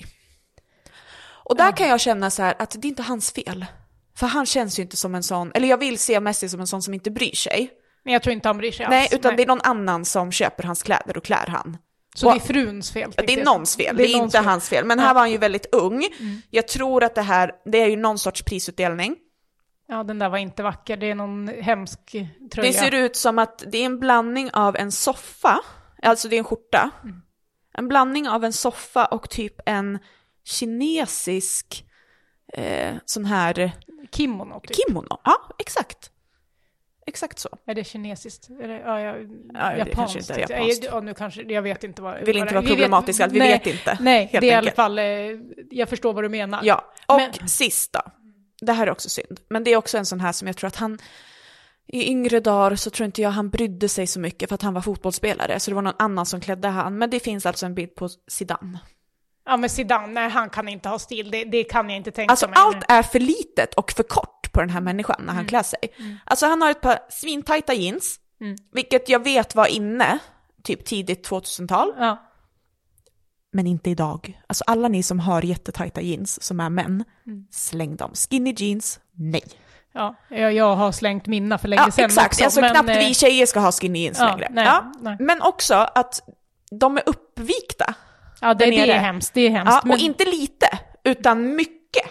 Och där kan jag känna så här att det är inte hans fel. För han känns ju inte som en sån, eller jag vill se Messi som en sån som inte bryr sig. Men jag tror inte han bryr sig Nej, alls. utan det är någon annan som köper hans kläder och klär han. Så och- det är fruns fel. Det tänkte är jag. någons fel, det är, någons inte fel. hans fel. Men här var han ju väldigt ung. Jag tror att det här, det är ju någon sorts prisutdelning. Ja, den där var inte vacker. Det är någon hemsk tröja. Det ser ut som att det är en blandning av en soffa, alltså det är en skjorta. Mm. En blandning av en soffa och typ en kinesisk eh, sån här Kimono, typ. kimono. Ja, exakt. Exakt så. Är det kinesiskt? Är det, ja, ja, det japanskt? kanske inte är typ. japanskt. Ja, nu kanske, jag vet inte vad... Vill vad inte det- vara vi problematiskt, vi nej, vet inte, Nej, helt det är i alla enkelt. fall, eh, jag förstår vad du menar. Ja, och Men- sist då. Det här är också synd. Men det är också en sån här som jag tror att han i yngre dagar så tror inte jag han brydde sig så mycket för att han var fotbollsspelare. Så det var någon annan som klädde han. Men det finns alltså en bild på Zidane. Ja, men Zidane, nej, han kan inte ha stil. Det, det kan jag inte tänka Alltså mig. allt är för litet och för kort på den här människan när han klär sig. Alltså han har ett par svintajta jeans, Mm. vilket jag vet var inne typ tidigt tvåtusental, Ja. men inte idag. Alltså alla ni som har jättetajta jeans som är män, Mm. släng dem. Skinny jeans, nej. Ja, jag, jag har slängt mina för länge Ja, sedan exakt. också. Alltså men, knappt eh, vi tjejer ska ha skinny jeans ja, längre. nej, ja. nej. Men också att de är uppvikta. Ja, det, där det är nere. hemskt. Det är hemskt. Ja, och men, inte lite, utan mycket.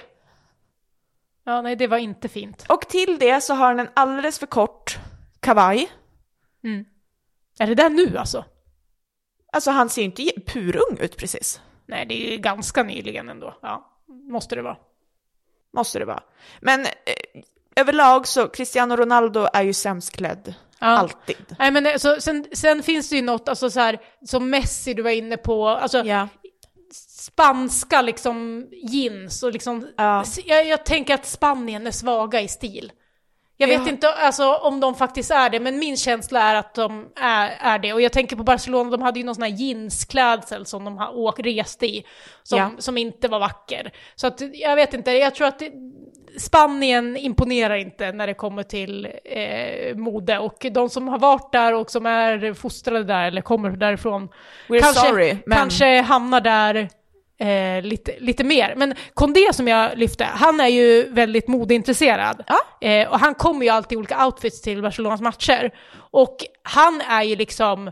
ja, nej, det var inte fint. Och till det så har han en alldeles för kort kavaj. Mm. Är det där nu alltså? Alltså han ser ju inte purung ut precis. Nej, det är ju ganska nyligen ändå. Ja, måste det vara. Måste det vara. Men eh, överlag så Cristiano Ronaldo är ju sämst klädd. Ja. Alltid. Nej, men alltså, sen, sen finns det ju något, alltså så här, som Messi du var inne på, alltså Ja. spanska liksom jeans och liksom, Ja. jag, jag tänker att Spanien är svaga i stil. Jag vet Ja. inte alltså, om de faktiskt är det, men min känsla är att de är, är det. Och jag tänker på Barcelona, de hade ju någon sån här jeansklädsel som de har åkt, rest i, som, Ja. som inte var vacker. Så att jag vet inte, jag tror att det, Spanien imponerar inte när det kommer till eh, mode, och de som har varit där och som är fostrade där eller kommer därifrån We're kanske, sorry, men... kanske hamnar där eh, lite, lite mer. Men Condé som jag lyfte, han är ju väldigt modeintresserad. Ja. Eh, och han kommer ju alltid i olika outfits till Barcelonas matcher. Och han är ju liksom,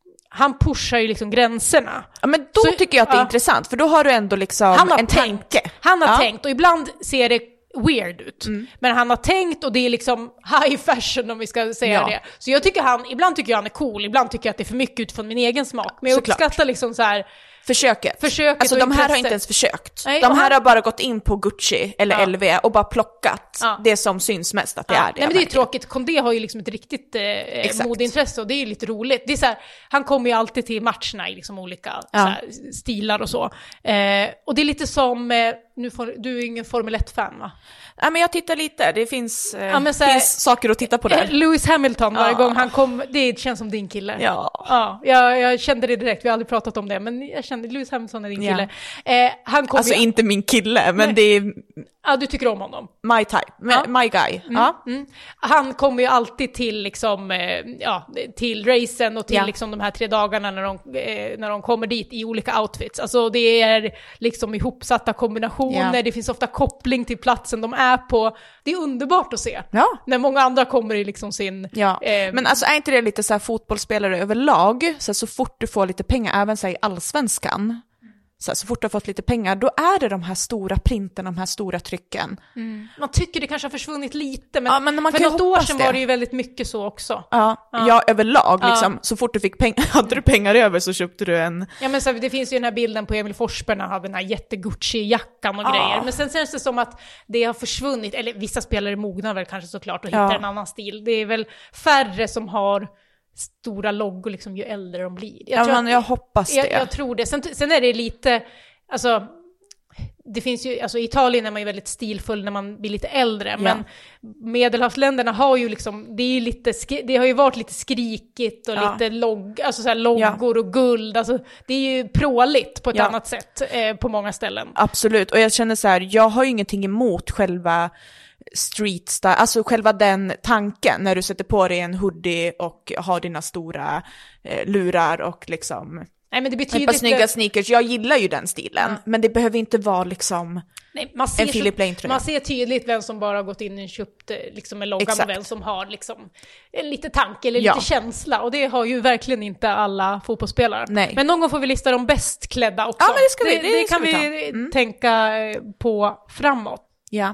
han pushar ju liksom gränserna. Ja, men då så, tycker jag att det är ja. intressant, för då har du ändå liksom han har en tänkt. tanke. Han har ja. tänkt, och ibland ser det weird ut. Mm. Men han har tänkt, och det är liksom high fashion om vi ska säga ja. det. Så jag tycker han, ibland tycker jag han är cool, ibland tycker jag att det är för mycket utifrån min egen smak. Men jag Såklart. uppskattar liksom så här Försöket. Försöket alltså och de här intresse. har inte ens försökt. Nej, de här han... har bara gått in på Gucci eller ja. L V och bara plockat ja. det som syns mest att det ja. är det. Nej, men det är ju tråkigt. Condé har ju liksom ett riktigt eh, modeintresse, och det är ju lite roligt. Det är så här, han kommer ju alltid till matcherna i liksom olika ja. så här, stilar och så. Eh, och det är lite som, eh, nu får, du är ju ingen Formel ett-fan va? Ja, men jag tittar lite, det finns, eh, ja, så här, finns saker att titta på där. Lewis Hamilton varje ja. gång han kom, det känns som din kille. Ja. Ja, jag, jag kände det direkt, vi har aldrig pratat om det, men jag kände Lewis Hamilton är din ja. kille. Eh, han kom alltså ju... inte min kille, men Nej. det är... Ja, du tycker om honom. My type, ja. my guy. Mm, ja. mm. Han kommer ju alltid till liksom, eh, ja, till racen och till ja. liksom de här tre dagarna när de, eh, när de kommer dit i olika outfits. Alltså det är liksom ihopsatta kombinationer, ja. Det finns ofta koppling till platsen de är på. Det är underbart att se. Ja. När många andra kommer i liksom sin... Ja. Eh, men alltså är inte det lite så här fotbollsspelare överlag, så, här, så fort du får lite pengar, även så här, i allsvenskan, så, här, så fort du har fått lite pengar, då är det de här stora printen, de här stora trycken. Mm. Man tycker det kanske har försvunnit lite, men, ja, men man för kan något år sedan det. var det ju väldigt mycket så också. Ja, ja. ja överlag liksom. Ja. Så fort du fick pengar, hade du pengar över så köpte du en... Ja, men så, det finns ju den här bilden på Emil Forsberg när han hade den här jätte-Gucci-jackan och ja. grejer. Men sen känns det som att det har försvunnit, eller vissa spelare mognar väl kanske såklart och hittar ja. en annan stil. Det är väl färre som har stora loggor liksom ju äldre de blir. Jag, ja, tror men att, jag hoppas jag, det. Jag tror det. Sen, sen är det lite, alltså... Det finns ju, alltså i Italien är man ju väldigt stilfull när man blir lite äldre, ja. men Medelhavsländerna har ju liksom, det är ju lite, det har ju varit lite skrikigt och ja. lite logg, alltså så här loggor ja. och guld, alltså det är ju pråligt på ett ja. annat sätt eh, på många ställen. Absolut, och jag känner så här, jag har ju ingenting emot själva street style, alltså själva den tanken när du sätter på dig en hoodie och har dina stora eh, lurar och liksom... Nej, men det betyder ett par inte... snygga sneakers, jag gillar ju den stilen, ja. men det behöver inte vara liksom Nej, man ser en Philip Lane-tröja. Man ser tydligt vem som bara har gått in och köpt liksom en loggan och vem som har liksom en lite tanke eller lite ja. känsla, och det har ju verkligen inte alla fotbollsspelare. Nej. Men någon gång får vi lista de bäst klädda också. Ja, men det, ska vi, det, det, det kan vi, vi mm. tänka på framåt. Ja.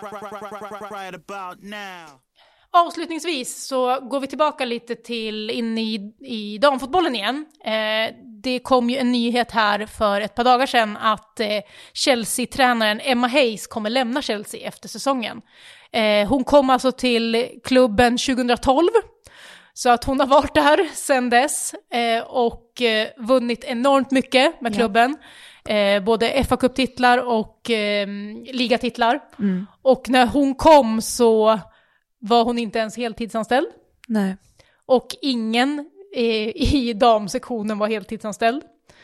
Right about now. Avslutningsvis så går vi tillbaka lite till in i, i damfotbollen igen. Eh, det kom ju en nyhet här för ett par dagar sedan att eh, Chelsea-tränaren Emma Hayes kommer lämna Chelsea efter säsongen. Eh, hon kom alltså till klubben tjugohundratolv, så att hon har varit där sedan dess eh, och eh, vunnit enormt mycket med klubben. Ja. Eh, både F A-cuptitlar och eh, ligatitlar. Mm. Och när hon kom så var hon inte ens heltidsanställd. Nej. Och ingen eh, i damsektionen var heltidsanställd.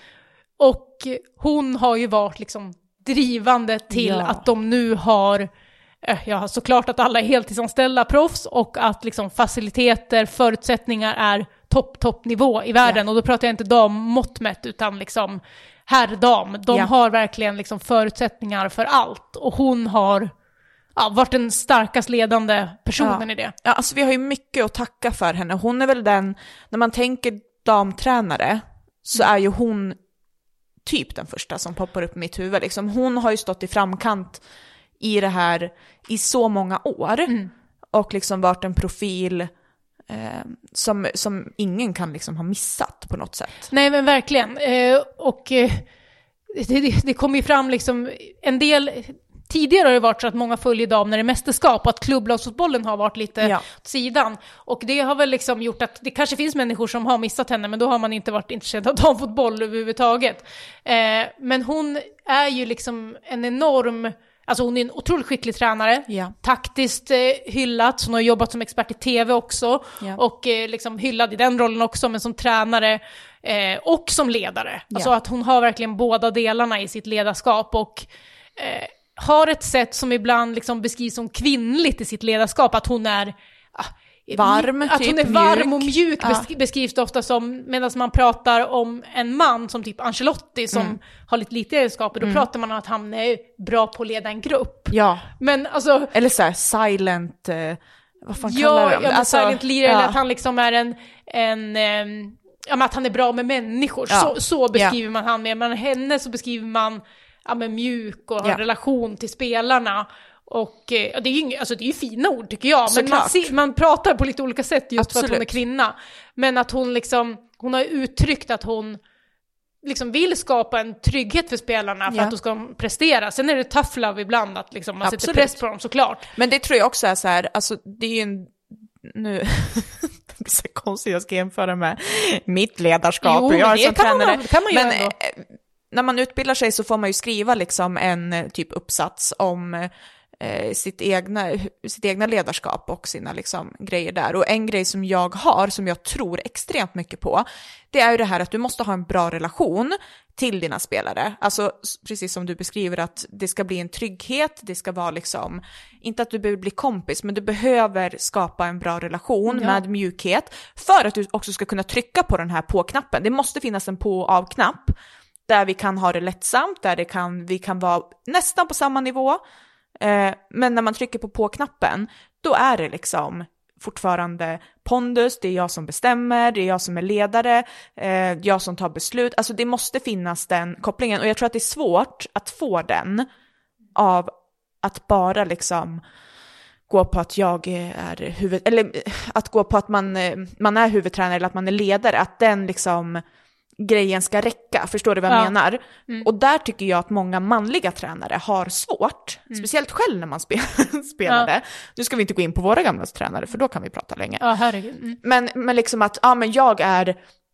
Och hon har ju varit liksom drivande till ja. att de nu har, eh, ja såklart att alla är heltidsanställda proffs och att liksom faciliteter, förutsättningar är topp, toppnivå i världen. Ja. Och då pratar jag inte dammått mätt utan liksom herrdam. De ja. har verkligen liksom förutsättningar för allt. Och hon har... Ja, varit den starkast ledande personen ja. i det. Ja, alltså vi har ju mycket att tacka för henne. Hon är väl den, när man tänker damtränare så är ju hon typ den första som poppar upp i mitt huvud. Liksom. Hon har ju stått i framkant i det här i så många år mm. och liksom varit en profil eh, som, som ingen kan liksom ha missat på något sätt. Nej, men verkligen. Eh, och eh, det, det, det kommer ju fram liksom en del... Tidigare har det varit så att många följer dam när det är mästerskap och att klubblagsfotbollen har varit lite ja. åt sidan. Och det har väl liksom gjort att det kanske finns människor som har missat henne, men då har man inte varit intresserad av damfotboll överhuvudtaget. Eh, men hon är ju liksom en enorm... Alltså hon är en otroligt skicklig tränare, ja. taktiskt eh, hyllad, hon har jobbat som expert i tv också ja. och eh, liksom hyllad i den rollen också, men som tränare eh, och som ledare. Ja. Alltså att hon har verkligen båda delarna i sitt ledarskap och... Eh, har ett sätt som ibland liksom beskrivs som kvinnligt i sitt ledarskap, att hon är varm, att typ, hon är varm mjuk. och mjuk Ja. beskrivs det ofta som, medan man pratar om en man som typ Ancelotti som Mm. har har lite lite egenskaper, då mm. pratar man om att han är bra på att leda en grupp. Ja. Men alltså, eller så här silent, eh, vad fan ja, kallar de? ja, Alltså, silent leader, ja. eller att han liksom är en, en eh, ja, men att han är bra med människor. Ja. Så, så beskriver ja. man han med, men henne så beskriver man ja, men mjuk och har Ja. en relation till spelarna. Och eh, det är ju inga, alltså det är ju fina ord tycker jag, men man, Såklart. ser, man pratar på lite olika sätt just Absolut. för att hon är kvinna. Men att hon liksom, hon har uttryckt att hon liksom vill skapa en trygghet för spelarna för Ja. att de ska prestera. Sen är det tough love ibland att liksom man sätter Absolut. press på dem, såklart. Men det tror jag också är så här, alltså det är ju en, nu, det blir så konstigt, jag ska jämföra med mitt ledarskap. Jo, och jag men är det som kan tränare. man, kan man göra Men ändå. eh, när man utbildar sig så får man ju skriva liksom en eh, typ uppsats om eh, sitt, egna, sitt egna ledarskap och sina liksom grejer där. Och en grej som jag har, som jag tror extremt mycket på, det är ju det här att du måste ha en bra relation till dina spelare. Alltså precis som du beskriver, att det ska bli en trygghet, det ska vara liksom, inte att du behöver bli kompis, men du behöver skapa en bra relation Ja. med mjukhet för att du också ska kunna trycka på den här på-knappen. Det måste finnas en på- och av-knapp där vi kan ha det lättsamt, där det kan, vi kan vara nästan på samma nivå. Eh, men när man trycker på på-knappen, då är det liksom fortfarande pondus, det är jag som bestämmer, det är jag som är ledare, eh, jag som tar beslut. Alltså det måste finnas den kopplingen, och jag tror att det är svårt att få den av att bara liksom gå på att jag är huvud, eller att gå på att man, man är huvudtränare eller att man är ledare, att den liksom grejen ska räcka, förstår du vad jag Ja. menar? Mm. Och där tycker jag att många manliga tränare har svårt, Mm. speciellt själv när man spel- spelade. Ja. Nu ska vi inte gå in på våra gamla tränare, för då kan vi prata länge. Ja, herregud. Mm. Men, men liksom att, ja men jag är,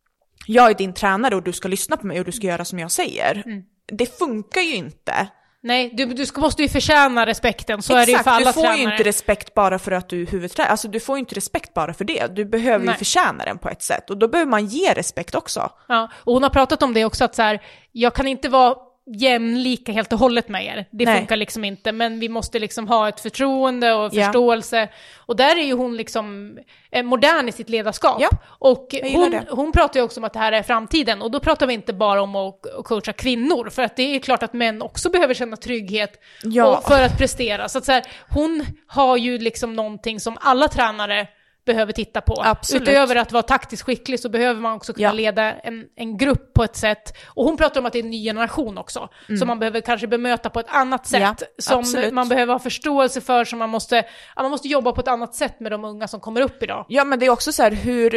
jag är din tränare och du ska lyssna på mig och du ska göra som jag säger. Mm. Det funkar ju inte. Nej, du, du ska, måste ju förtjäna respekten, så är det ju för alla du får tränare. ju inte respekt bara för att du är huvudtränare. Alltså du får ju inte respekt bara för det. Du behöver Nej. ju förtjäna den på ett sätt. Och då behöver man ge respekt också. Ja, och hon har pratat om det också, att så här, jag kan inte vara jämlika helt och hållet med er. Det Nej. funkar liksom inte, men vi måste liksom ha ett förtroende och Ja. förståelse. Och där är ju hon liksom eh, modern i sitt ledarskap. Ja, Och gillar hon, det. hon pratar ju också om att det här är framtiden. Och då pratar vi inte bara om att, att coacha kvinnor, för att det är klart att män också behöver känna trygghet Ja. och för att prestera. Så att så här, hon har ju liksom någonting som alla tränare behöver titta på. Absolut. Utöver att vara taktiskt skicklig så behöver man också kunna Ja. leda en, en grupp på ett sätt. Och hon pratar om att det är en ny generation också. Som man behöver kanske bemöta på ett annat sätt. Ja, som absolut. man behöver ha förståelse för. Som man måste, ja, man måste jobba på ett annat sätt med de unga som kommer upp idag. Ja, men det är också så här, hur,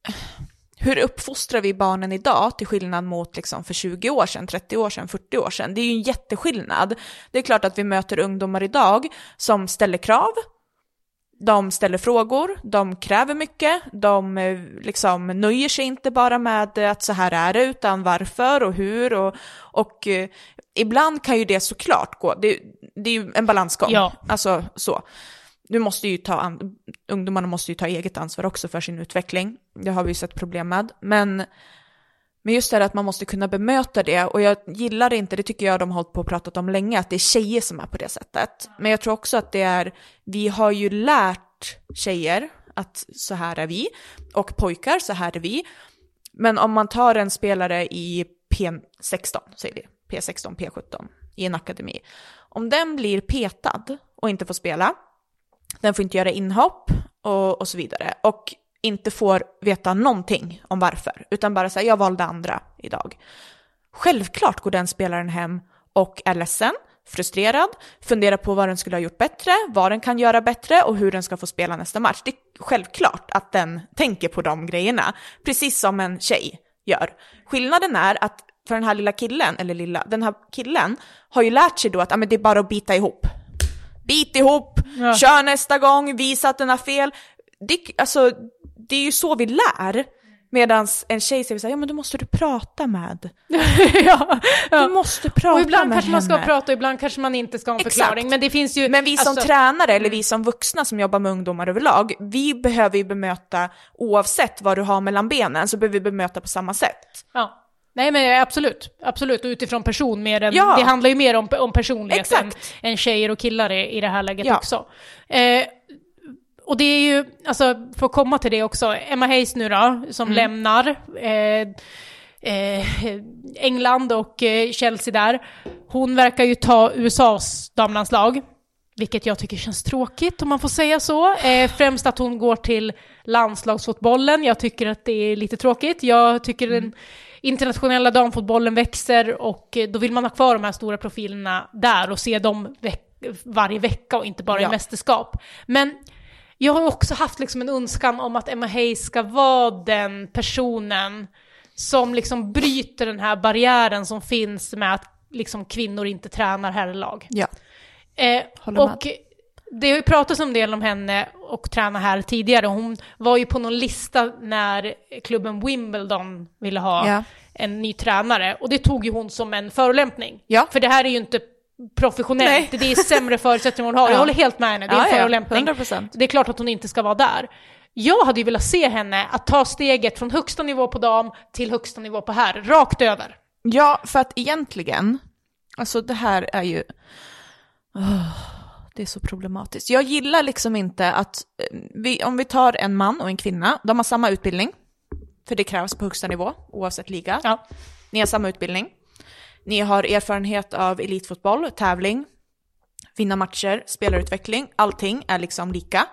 hur uppfostrar vi barnen idag till skillnad mot liksom för tjugo år sedan, trettio år sedan, fyrtio år sedan? Det är ju en jätteskillnad. Det är klart att vi möter ungdomar idag som ställer krav. De ställer frågor, de kräver mycket, de eh, liksom nöjer sig inte bara med att så här är det, utan varför och hur. Och, och eh, ibland kan ju det såklart gå, det, det är ju en balansgång. Ja. Alltså så. Du måste ju ta an, ungdomarna måste ju ta eget ansvar också för sin utveckling. Det har vi ju sett problem med. Men, men just det här att man måste kunna bemöta det. Och jag gillar det inte, det tycker jag de har hållit på och pratat om länge, att det är tjejer som är på det sättet. Men jag tror också att det är, vi har ju lärt tjejer att så här är vi. Och pojkar, så här är vi. Men om man tar en spelare i P sexton, säger vi, P sexton, P sjutton i en akademi. Om den blir petad och inte får spela, den får inte göra inhopp och, och så vidare. Och inte får veta någonting om varför. Utan bara säga, jag valde andra idag. Självklart går den spelaren hem och är ledsen, frustrerad, funderar på vad den skulle ha gjort bättre, vad den kan göra bättre och hur den ska få spela nästa match. Det är självklart att den tänker på de grejerna. Precis som en tjej gör. Skillnaden är att för den här lilla killen, eller lilla, den här killen har ju lärt sig då att ah, men det är bara att bita ihop. Bit ihop, Ja. kör nästa gång, visa att den har fel. Det, alltså, det är ju så vi lär. Medan en tjej säger så här, ja men då måste du prata med. ja, ja. Du måste prata Och ibland med kanske man ska henne. prata och ibland kanske man inte ska ha en Exakt. förklaring. Men det finns ju... Men vi som alltså, tränare eller vi som vuxna som jobbar med ungdomar överlag, vi behöver ju bemöta, oavsett vad du har mellan benen, så behöver vi bemöta på samma sätt. Ja. Nej men absolut, absolut, och utifrån person mer än, Ja. det handlar ju mer om, om personlighet än, Exakt. än tjejer och killar i, i det här läget Ja. också. Eh, och det är ju, alltså för att komma till det också, Emma Hayes nu då, som Mm. lämnar eh, eh, England och eh, Chelsea där, hon verkar ju ta U S A:s damlandslag, vilket jag tycker känns tråkigt om man får säga så. Eh, främst att hon går till landslagsfotbollen. Jag tycker att det är lite tråkigt. Jag tycker mm. den internationella damfotbollen växer och då vill man ha kvar de här stora profilerna där och se dem veck- varje vecka och inte bara ja. i mästerskap. Men jag har också haft liksom en önskan om att Emma Hayes ska vara den personen som liksom bryter den här barriären som finns med att liksom kvinnor inte tränar herrlag. Ja. Eh, och det har ju pratats en del om henne och träna här tidigare. Hon var ju på någon lista när klubben Wimbledon ville ha ja. en ny tränare. Och det tog ju hon som en förolämpning. Ja. För det här är ju inte professionellt. Nej. Det är sämre förutsättningar hon har. Ja. Jag håller helt med henne. Det är en ja, förolämpning. Ja. hundra procent. Det är klart att hon inte ska vara där. Jag hade ju velat se henne att ta steget från högsta nivå på dam till högsta nivå på herr. Rakt över. Ja, för att egentligen, alltså det här är ju... Oh, det är så problematiskt. Jag gillar liksom inte att vi, om vi tar en man och en kvinna, de har samma utbildning, för det krävs på högsta nivå oavsett liga. Ja. Ni har samma utbildning. Ni har erfarenhet av elitfotboll, tävling, vinna matcher, spelarutveckling, allting är liksom lika.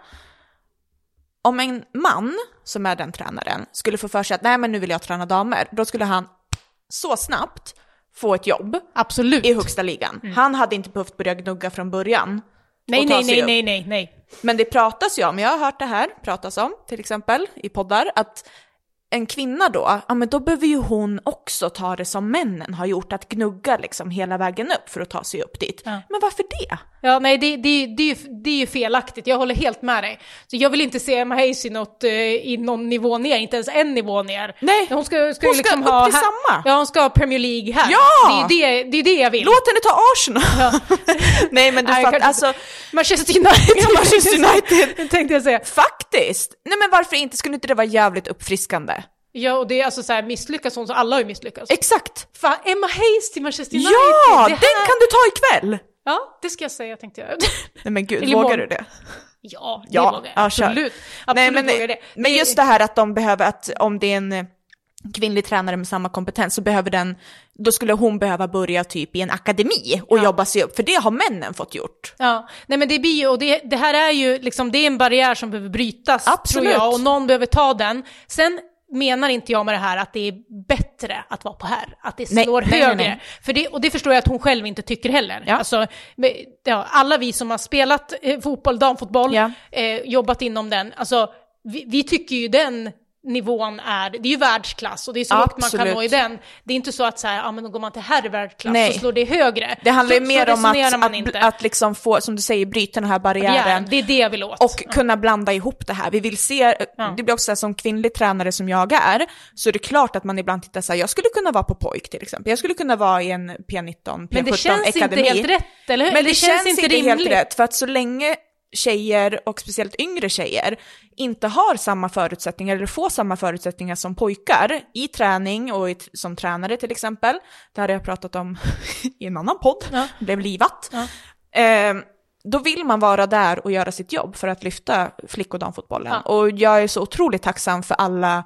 Om en man som är den tränaren skulle få för sig att nej men nu vill jag träna damer, då skulle han så snabbt få ett jobb. Absolut. I högsta ligan. Mm. Han hade inte behövt börja gnugga från början. Nej, nej, nej, nej, nej, nej. Men det pratas ju om, jag har hört det här, pratas om till exempel i poddar, att en kvinna då, ja men då behöver ju hon också ta det som männen har gjort, att gnugga liksom hela vägen upp för att ta sig upp dit. Ja. Men varför det? Ja, nej, det, det, det, är ju, det är ju felaktigt. Jag håller helt med dig. Så jag vill inte se Emma Hayes i, något, i någon nivå ner, inte ens en nivå ner. Nej, hon ska, ska, hon ska liksom upp ha, till här, samma. Ja, hon ska ha Premier League här. Ja! Det är det, det är det jag vill. Låt henne ta Arsenal. Ja. Nej, men du fattar, alltså... Manchester United. Ja, Manchester United. Tänkte jag säga. Faktiskt. Nej, men varför inte? Skulle inte det vara jävligt uppfriskande? Ja, och det är alltså så här, misslyckas hon så alla har ju misslyckats. Exakt. Fan, Emma Hayes till Manchester United. Ja, här... den kan du ta ikväll. Ja, det ska jag säga, tänkte jag. Nej men gud, vågar du det? Ja, det ja, vågar jag. Ja, absolut. Absolut Nej, men, vågar det. Men just det här att de behöver, att om det är en kvinnlig tränare med samma kompetens så behöver den, då skulle hon behöva börja typ i en akademi och ja. jobba sig upp, för det har männen fått gjort. Ja, nej men det blir ju, och det, det här är ju liksom, det är en barriär som behöver brytas. Absolut. Tror jag, och någon behöver ta den. Sen menar inte jag med det här att det är bättre att vara på här, att det slår nej, högre. Nej, nej. För det, och det förstår jag att hon själv inte tycker heller. Ja. Alltså, ja, alla vi som har spelat eh, fotboll, damfotboll, ja. eh, jobbat inom den, alltså vi, vi tycker ju den nivån är, det är ju världsklass och det är så högt man kan nå i den. Det är inte så att så här, ja men då går man till här världsklass Nej. Så slår det högre. Det handlar ju mer om att, att, att, att liksom få, som du säger, bryta den här barriären. Barriären, det är det jag vill åt. Och ja. kunna blanda ihop det här. Vi vill se, ja. det blir också så här, som kvinnlig tränare som jag är, så är det klart att man ibland tittar så här, jag skulle kunna vara på pojk till exempel. Jag skulle kunna vara i en P nitton, P sjutton akademi. Men det känns akademi. Inte helt rätt, eller hur? Men det, det känns, känns inte, inte helt rätt, för att så länge tjejer och speciellt yngre tjejer inte har samma förutsättningar eller får samma förutsättningar som pojkar i träning och i, som tränare till exempel. Det här har jag pratat om i en annan podd, ja. blev livat. Ja. Eh, då vill man vara där och göra sitt jobb för att lyfta flick- och damfotbollen. Ja. Och jag är så otroligt tacksam för alla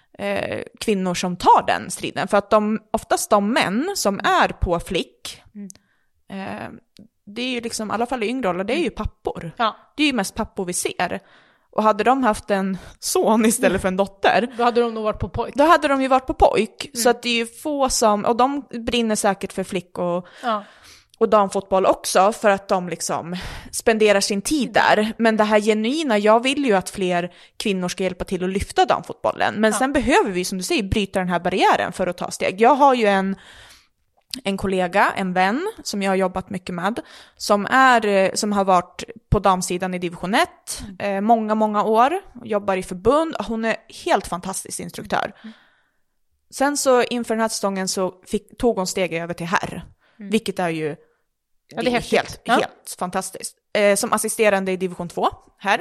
eh, kvinnor som tar den striden. För att de, oftast de män som är på flick, mm. eh, det är ju liksom, i alla fall i yngre åldrar, det är ju pappor. Ja. Det är ju mest pappor vi ser. Och hade de haft en son istället för en dotter, då hade de nog varit på pojk. Då hade de ju varit på pojk. Mm. Så att det är ju få som, och de brinner säkert för flick och, ja. och damfotboll också, för att de liksom spenderar sin tid där. Men det här genuina, jag vill ju att fler kvinnor ska hjälpa till att lyfta damfotbollen. Men ja. sen behöver vi, som du säger, bryta den här barriären för att ta steg. Jag har ju en En kollega, en vän som jag har jobbat mycket med, som, är, som har varit på damsidan i division ett mm. eh, många, många år, jobbar i förbund. Hon är helt fantastisk instruktör. Mm. Sen så inför den här säsongen så fick, tog hon steg över till herr, mm. vilket är ju ja, det är helt, ja. helt fantastiskt. Eh, som assisterande i division två här.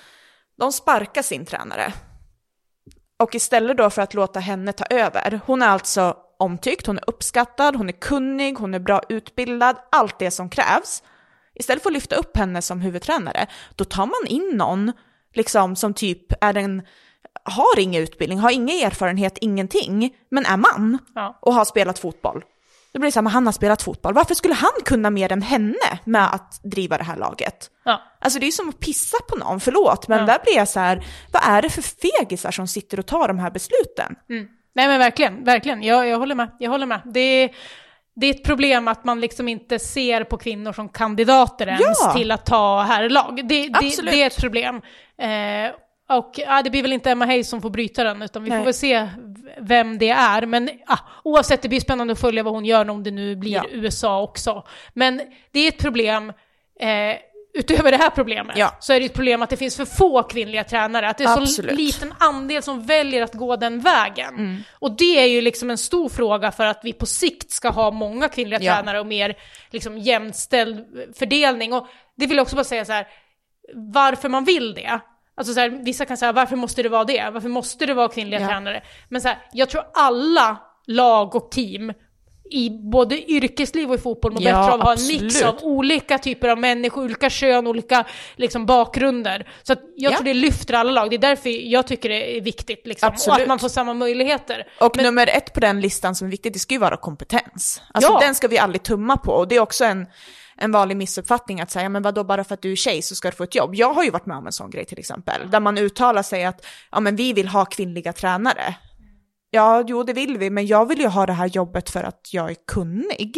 De sparkar sin tränare. Och istället då för att låta henne ta över, hon är alltså omtyckt, hon är uppskattad, hon är kunnig, hon är bra utbildad, allt det som krävs. Istället för att lyfta upp henne som huvudtränare, då tar man in någon liksom, som typ är en, har ingen utbildning, har ingen erfarenhet, ingenting, men är man ja. och har spelat fotboll. Då blir det så här, men han har spelat fotboll. Varför skulle han kunna mer än henne med att driva det här laget? Ja. Alltså det är som att pissa på någon, förlåt. Men ja. Där blir jag så här, vad är det för fegisar som sitter och tar de här besluten? Mm. Nej men verkligen, verkligen. Jag, jag håller med, jag håller med. Det är, det är ett problem att man liksom inte ser på kvinnor som kandidater ens ja. Till att ta herrlag. Det, det, det är ett problem. Eh, Och ja, det blir väl inte Emma Hayes som får bryta den, utan vi Nej. Får väl se vem det är. Men ja, oavsett, det blir spännande att följa vad hon gör om det nu blir ja. U S A också. Men det är ett problem, eh, utöver det här problemet, ja. Så är det ett problem att det finns för få kvinnliga tränare. Att det är så liten andel som väljer att gå den vägen. Mm. Och det är ju liksom en stor fråga för att vi på sikt ska ha många kvinnliga ja. Tränare och mer liksom jämställd fördelning. Och det vill jag också bara säga så här, varför man vill det. Alltså så här, vissa kan säga, varför måste det vara det? Varför måste det vara kvinnliga ja. Tränare? Men så här, jag tror alla lag och team i både yrkesliv och i fotboll mår ja, bättre av att ha en mix av olika typer av människor, olika kön, olika liksom, bakgrunder. Så att jag ja. Tror det lyfter alla lag. Det är därför jag tycker det är viktigt. Liksom, och att man får samma möjligheter. Och Men, nummer ett på den listan som är viktigt, det ska ju vara kompetens. Alltså ja. Den ska vi aldrig tumma på. Och det är också en... en vanlig missuppfattning att säga, men vadå, bara för att du är tjej så ska du få ett jobb. Jag har ju varit med om en sån grej till exempel, där man uttalar sig att ja, men vi vill ha kvinnliga tränare. Ja, jo det vill vi, men jag vill ju ha det här jobbet för att jag är kunnig,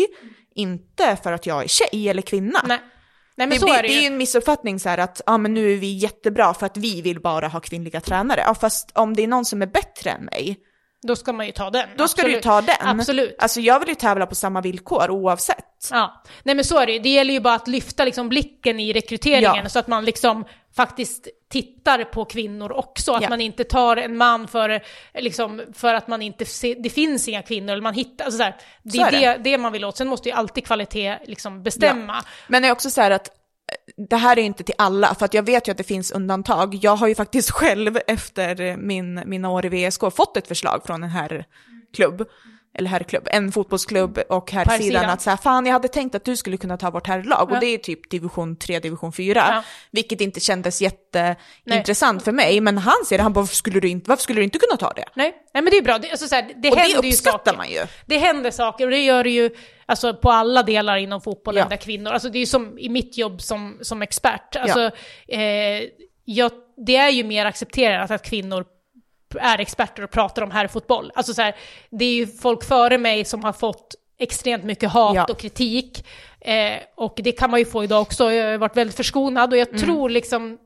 inte för att jag är tjej eller kvinna. Nej. Nej, men det, så är det, det är ju en missuppfattning så här att ja, men nu är vi jättebra för att vi vill bara ha kvinnliga tränare. Ja, fast om det är någon som är bättre än mig, då ska man ju ta den. Då ska Absolut. Du ta den. Absolut. Alltså jag vill ju tävla på samma villkor oavsett. Ja. Nej men så är det. Det gäller ju bara att lyfta liksom blicken i rekryteringen ja. Så att man liksom faktiskt tittar på kvinnor också. Att ja. Man inte tar en man för, liksom, för att man inte ser, det finns inga kvinnor eller man hittar, alltså så här, det är, är det. Det, det man vill åt. Sen måste ju alltid kvalitet liksom bestämma. Ja. Men det är också så här att det här är inte till alla, för att jag vet ju att det finns undantag. Jag har ju faktiskt själv efter min, mina år i V S K fått ett förslag från en här klubb, eller herrklubb, en fotbollsklubb och här sidan, sidan att så här, fan jag hade tänkt att du skulle kunna ta vårt herrlag ja. Och det är typ division tre, division fyra ja. Vilket inte kändes jätteintressant för mig, men han säger, han bara, varför skulle du inte, varför skulle du inte kunna ta det? Nej, Nej men det är bra, det, alltså, så här, det och händer det uppskattar ju man ju. Det händer saker och det gör det ju alltså, på alla delar inom fotbollen ja. Där kvinnor, alltså det är ju som i mitt jobb som, som expert, alltså ja. eh, jag, det är ju mer accepterat att kvinnor är experter och pratar om herrfotboll. Alltså så här, det är ju folk före mig som har fått extremt mycket hat ja. Och kritik. Eh, och det kan man ju få idag också. Jag har varit väldigt förskonad och jag mm. tror liksom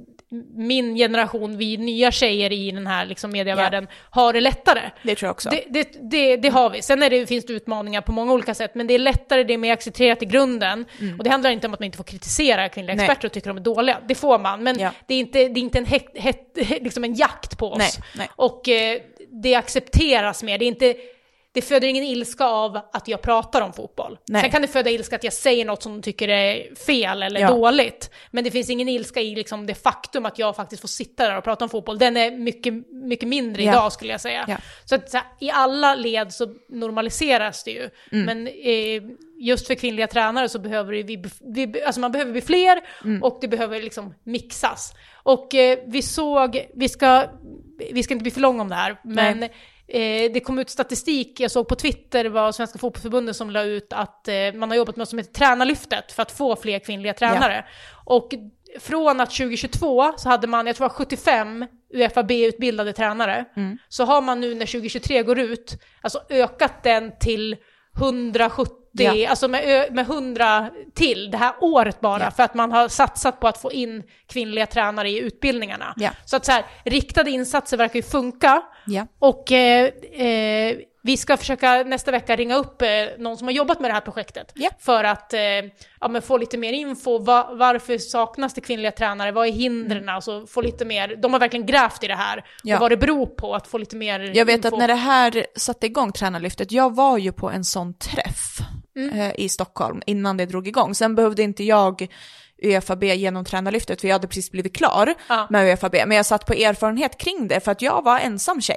min generation, vi nya tjejer i den här liksom medievärlden yeah. har det lättare. Det tror jag också. Det, det, det, det har vi. Sen är det, finns det utmaningar på många olika sätt, men det är lättare, det är mer accepterat i grunden. Mm. Och det handlar inte om att man inte får kritisera kvinnliga Nej. Experter och tycker de är dåliga. Det får man, men yeah. det är inte, det är inte en, het, het, liksom en jakt på oss. Nej. Nej. Och eh, det accepteras mer. Det är inte... Det föder ingen ilska av att jag pratar om fotboll. Nej. Sen kan det föda ilska att jag säger något som de tycker är fel eller ja. Dåligt. Men det finns ingen ilska i liksom det faktum att jag faktiskt får sitta där och prata om fotboll. Den är mycket, mycket mindre ja. Idag skulle jag säga. Ja. Så att så här, i alla led så normaliseras det ju. Mm. Men eh, just för kvinnliga tränare så behöver vi, vi alltså man behöver bli fler mm. och det behöver liksom mixas. Och eh, vi såg, vi ska, vi ska inte bli för lång om det här, men Nej. Eh, det kom ut statistik, jag såg på Twitter, det var Svenska fotbollsförbundet som la ut att eh, man har jobbat med något som heter tränarlyftet för att få fler kvinnliga tränare. Ja. Och från att tjugohundratjugotvå så hade man, jag tror sjuttiofem U F A B-utbildade tränare. Mm. Så har man nu när tjugohundratjugotre går ut, alltså ökat den till hundrasjuttio, ja. Alltså med, med hundra till det här året bara, ja. För att man har satsat på att få in kvinnliga tränare i utbildningarna. Ja. Så att så här, riktade insatser verkar ju funka. Ja. Och eh, eh, vi ska försöka nästa vecka ringa upp eh, någon som har jobbat med det här projektet. Ja. För att eh, ja, men få lite mer info. Va- varför saknas det kvinnliga tränare? Vad är hindren? Mm. Alltså, få lite mer, de har verkligen grävt i det här. Ja. Och vad det beror på att få lite mer Jag vet info. Att när det här satte igång tränarlyftet, jag var ju på en sån träff mm. eh, i Stockholm innan det drog igång. Sen behövde inte jag U F A B genom tränarlyftet för jag hade precis blivit klar ja. Med U F A B. Men jag satt på erfarenhet kring det för att jag var ensam tjej.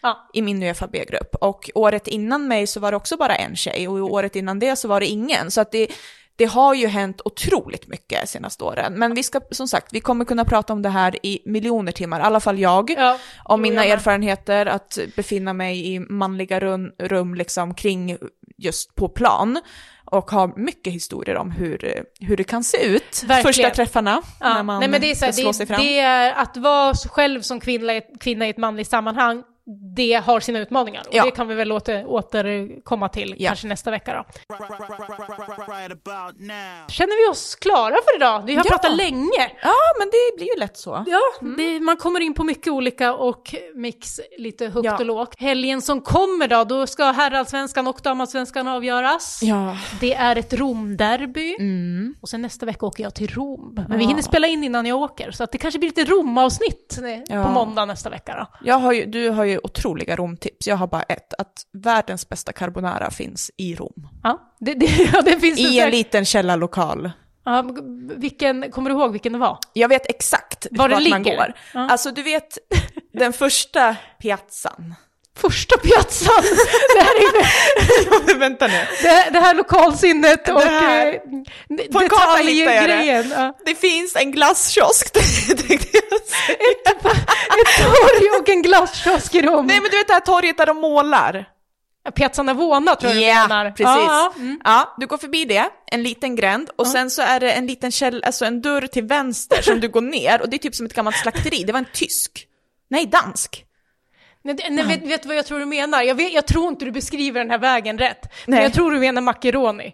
Ja. i min nya B-grupp. Och året innan mig så var det också bara en tjej, och året innan det så var det ingen. Så att det, det har ju hänt otroligt mycket senaste åren. Men vi ska, som sagt, vi kommer kunna prata om det här i miljoner timmar, i alla fall jag, Ja, om mina jag erfarenheter att befinna mig i manliga rum, rum liksom kring just på plan. Och har mycket historier om hur, hur det kan se ut. Verkligen. Första träffarna Ja. när man Nej, men det är så här, ska slå det, sig fram. det är att vara själv som kvinna, kvinna i ett manligt sammanhang, det har sina utmaningar. Och Ja. det kan vi väl åter, återkomma till Ja. kanske nästa vecka då. Right about now. Känner vi oss klara för idag? Vi har Ja. pratat länge. Ja, men det blir ju lätt så. Ja, det, man kommer in på mycket olika och mix lite högt Ja. och lågt. Helgen som kommer då, då ska herrallsvenskan och damallsvenskan avgöras. Ja. Det är ett Romderby. Mm. Och sen nästa vecka åker jag till Rom. Men Ja. vi hinner spela in innan jag åker. Så att det kanske blir lite Romavsnitt eh, Ja. på måndag nästa vecka då. Jag har ju, du har ju otroliga Romtips. Jag har bara ett, att världens bästa carbonara finns i Rom. Ja, det, det, ja, det finns I det en säkert. liten källarlokal. Ja, men vilken, kommer du ihåg vilken det var? Jag vet exakt Var det vart man ligger? går. Ja. Alltså du vet, den första piazzan. Första piazzan! Det här, är, Vänta nu. det, det här lokalsinnet och här- eh, På en karta hittar jag det. detaljgrejen. Ja. Det finns en glasskiosk, tänkte jag säga. Ett torg och en glasskiosk i Rom. Nej men du vet det här torget där de målar. Piazza Navona tror jag Ja, du menar. precis. Ja, ja. Mm. Ja, du går förbi det, en liten gränd, och sen så är det en liten käll, alltså en dörr till vänster som du går ner, och det är typ som ett gammalt slakteri. Det var en tysk. Nej, dansk. Nej, det- nej, vet, vet du vad jag tror du menar? Jag, vet, jag tror inte du beskriver den här vägen rätt. Men Nej. jag tror du menar Macaroni.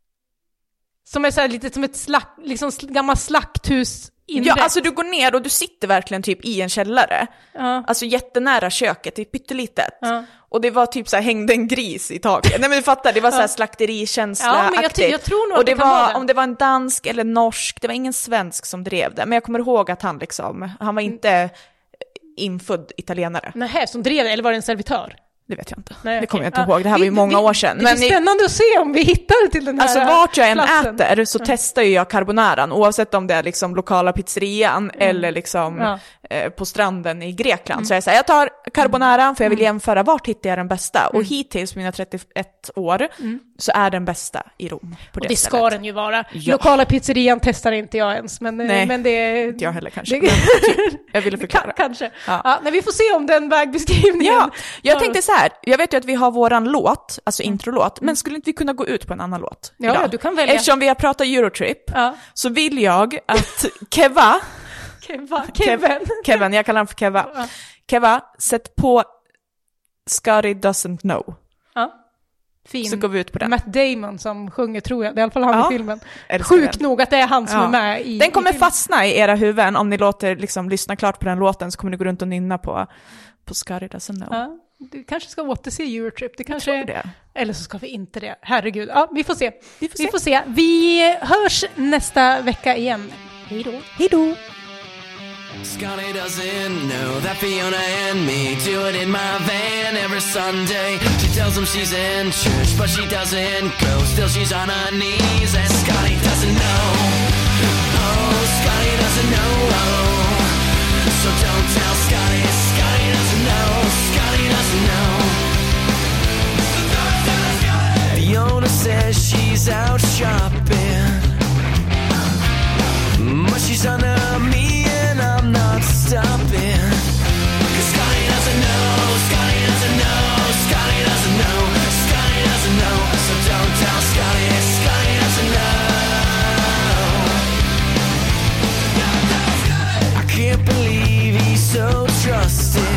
Som är så här lite som ett slack, liksom sl- gammalt slakthus inrett. Ja, alltså du går ner och du sitter verkligen typ i en källare. Ja. Alltså jättenära köket, det är pyttelitet. Ja. Och det var typ så här, hängde en gris i taket. Nej men du fattar, det var så här slakterikänsla. Ja, men jag ty- jag tror nog och att det det kan var, vara det. om det var en dansk eller norsk, det var ingen svensk som drev det. Men jag kommer ihåg att han liksom, han var inte infödd italienare. Nähä, som drev det, eller var det en servitör? Det vet jag inte. Nej, det kommer jag okej. inte ihåg, det här var ju Vi- många vi- år sedan. Det är Men i- spännande att se om vi hittar till den här Alltså vart jag än platsen. äter så testar ju jag carbonaran, oavsett om det är liksom lokala pizzerian eller liksom Ja. eh, på stranden i Grekland. Så jag säger jag tar carbonaran för jag vill jämföra vart hittar jag den bästa. Och hittills mina trettioett år så är den bästa i Rom. På det, Och det stället. ska den ju vara. Ja. Lokala pizzerian testar inte jag ens, men, Nej, men det... Inte jag heller kanske. Det, Men typ, jag ville förklara. K- kanske. Ja. Ja. Nej, vi får se om den vägbeskrivningen... Ja, jag tar tänkte oss. så här, jag vet ju att vi har våran låt, alltså introlåt, men skulle inte vi kunna gå ut på en annan låt Ja, idag? ja, du kan välja. Eftersom vi har pratat Eurotrip Ja. så vill jag att Keva, Keva, Kev- Kevin. Kevin, jag kallar honom för Keva. Ja. Keva, sätt på Scotty Doesn't Know. Ja. Fin. Så går vi ut på den. Matt Damon som sjunger, tror jag. Det är i alla fall han Ja, i filmen. älskar Sjukt den. nog att det är han som Ja. är med i Den kommer i filmen. fastna i era huvuden om ni låter liksom lyssna klart på den låten, så kommer ni gå runt och nynna på, på Scotty Doesn't Know. Ja. Du kanske ska återse Eurotrip. Det kanske... tror det. Eller så ska vi inte det. Herregud. Ja, vi får se. Vi får Vi se. får se. Vi hörs nästa vecka igen. Hej då. Hej då! Scotty doesn't know that Fiona and me do it in my van every Sunday. She tells him she's in church, but she doesn't go. Still she's on her knees, and Scotty doesn't know. Oh, Scotty doesn't know. Oh. So don't tell Scotty. Scotty doesn't know. Scotty doesn't know. Fiona says she's out shopping, but she's under me and I'm not stopping. Cause Scotty doesn't know, Scotty doesn't know, Scotty doesn't know, Scotty doesn't know. So don't tell Scotty, Scotty doesn't know. I can't believe he's so trusting.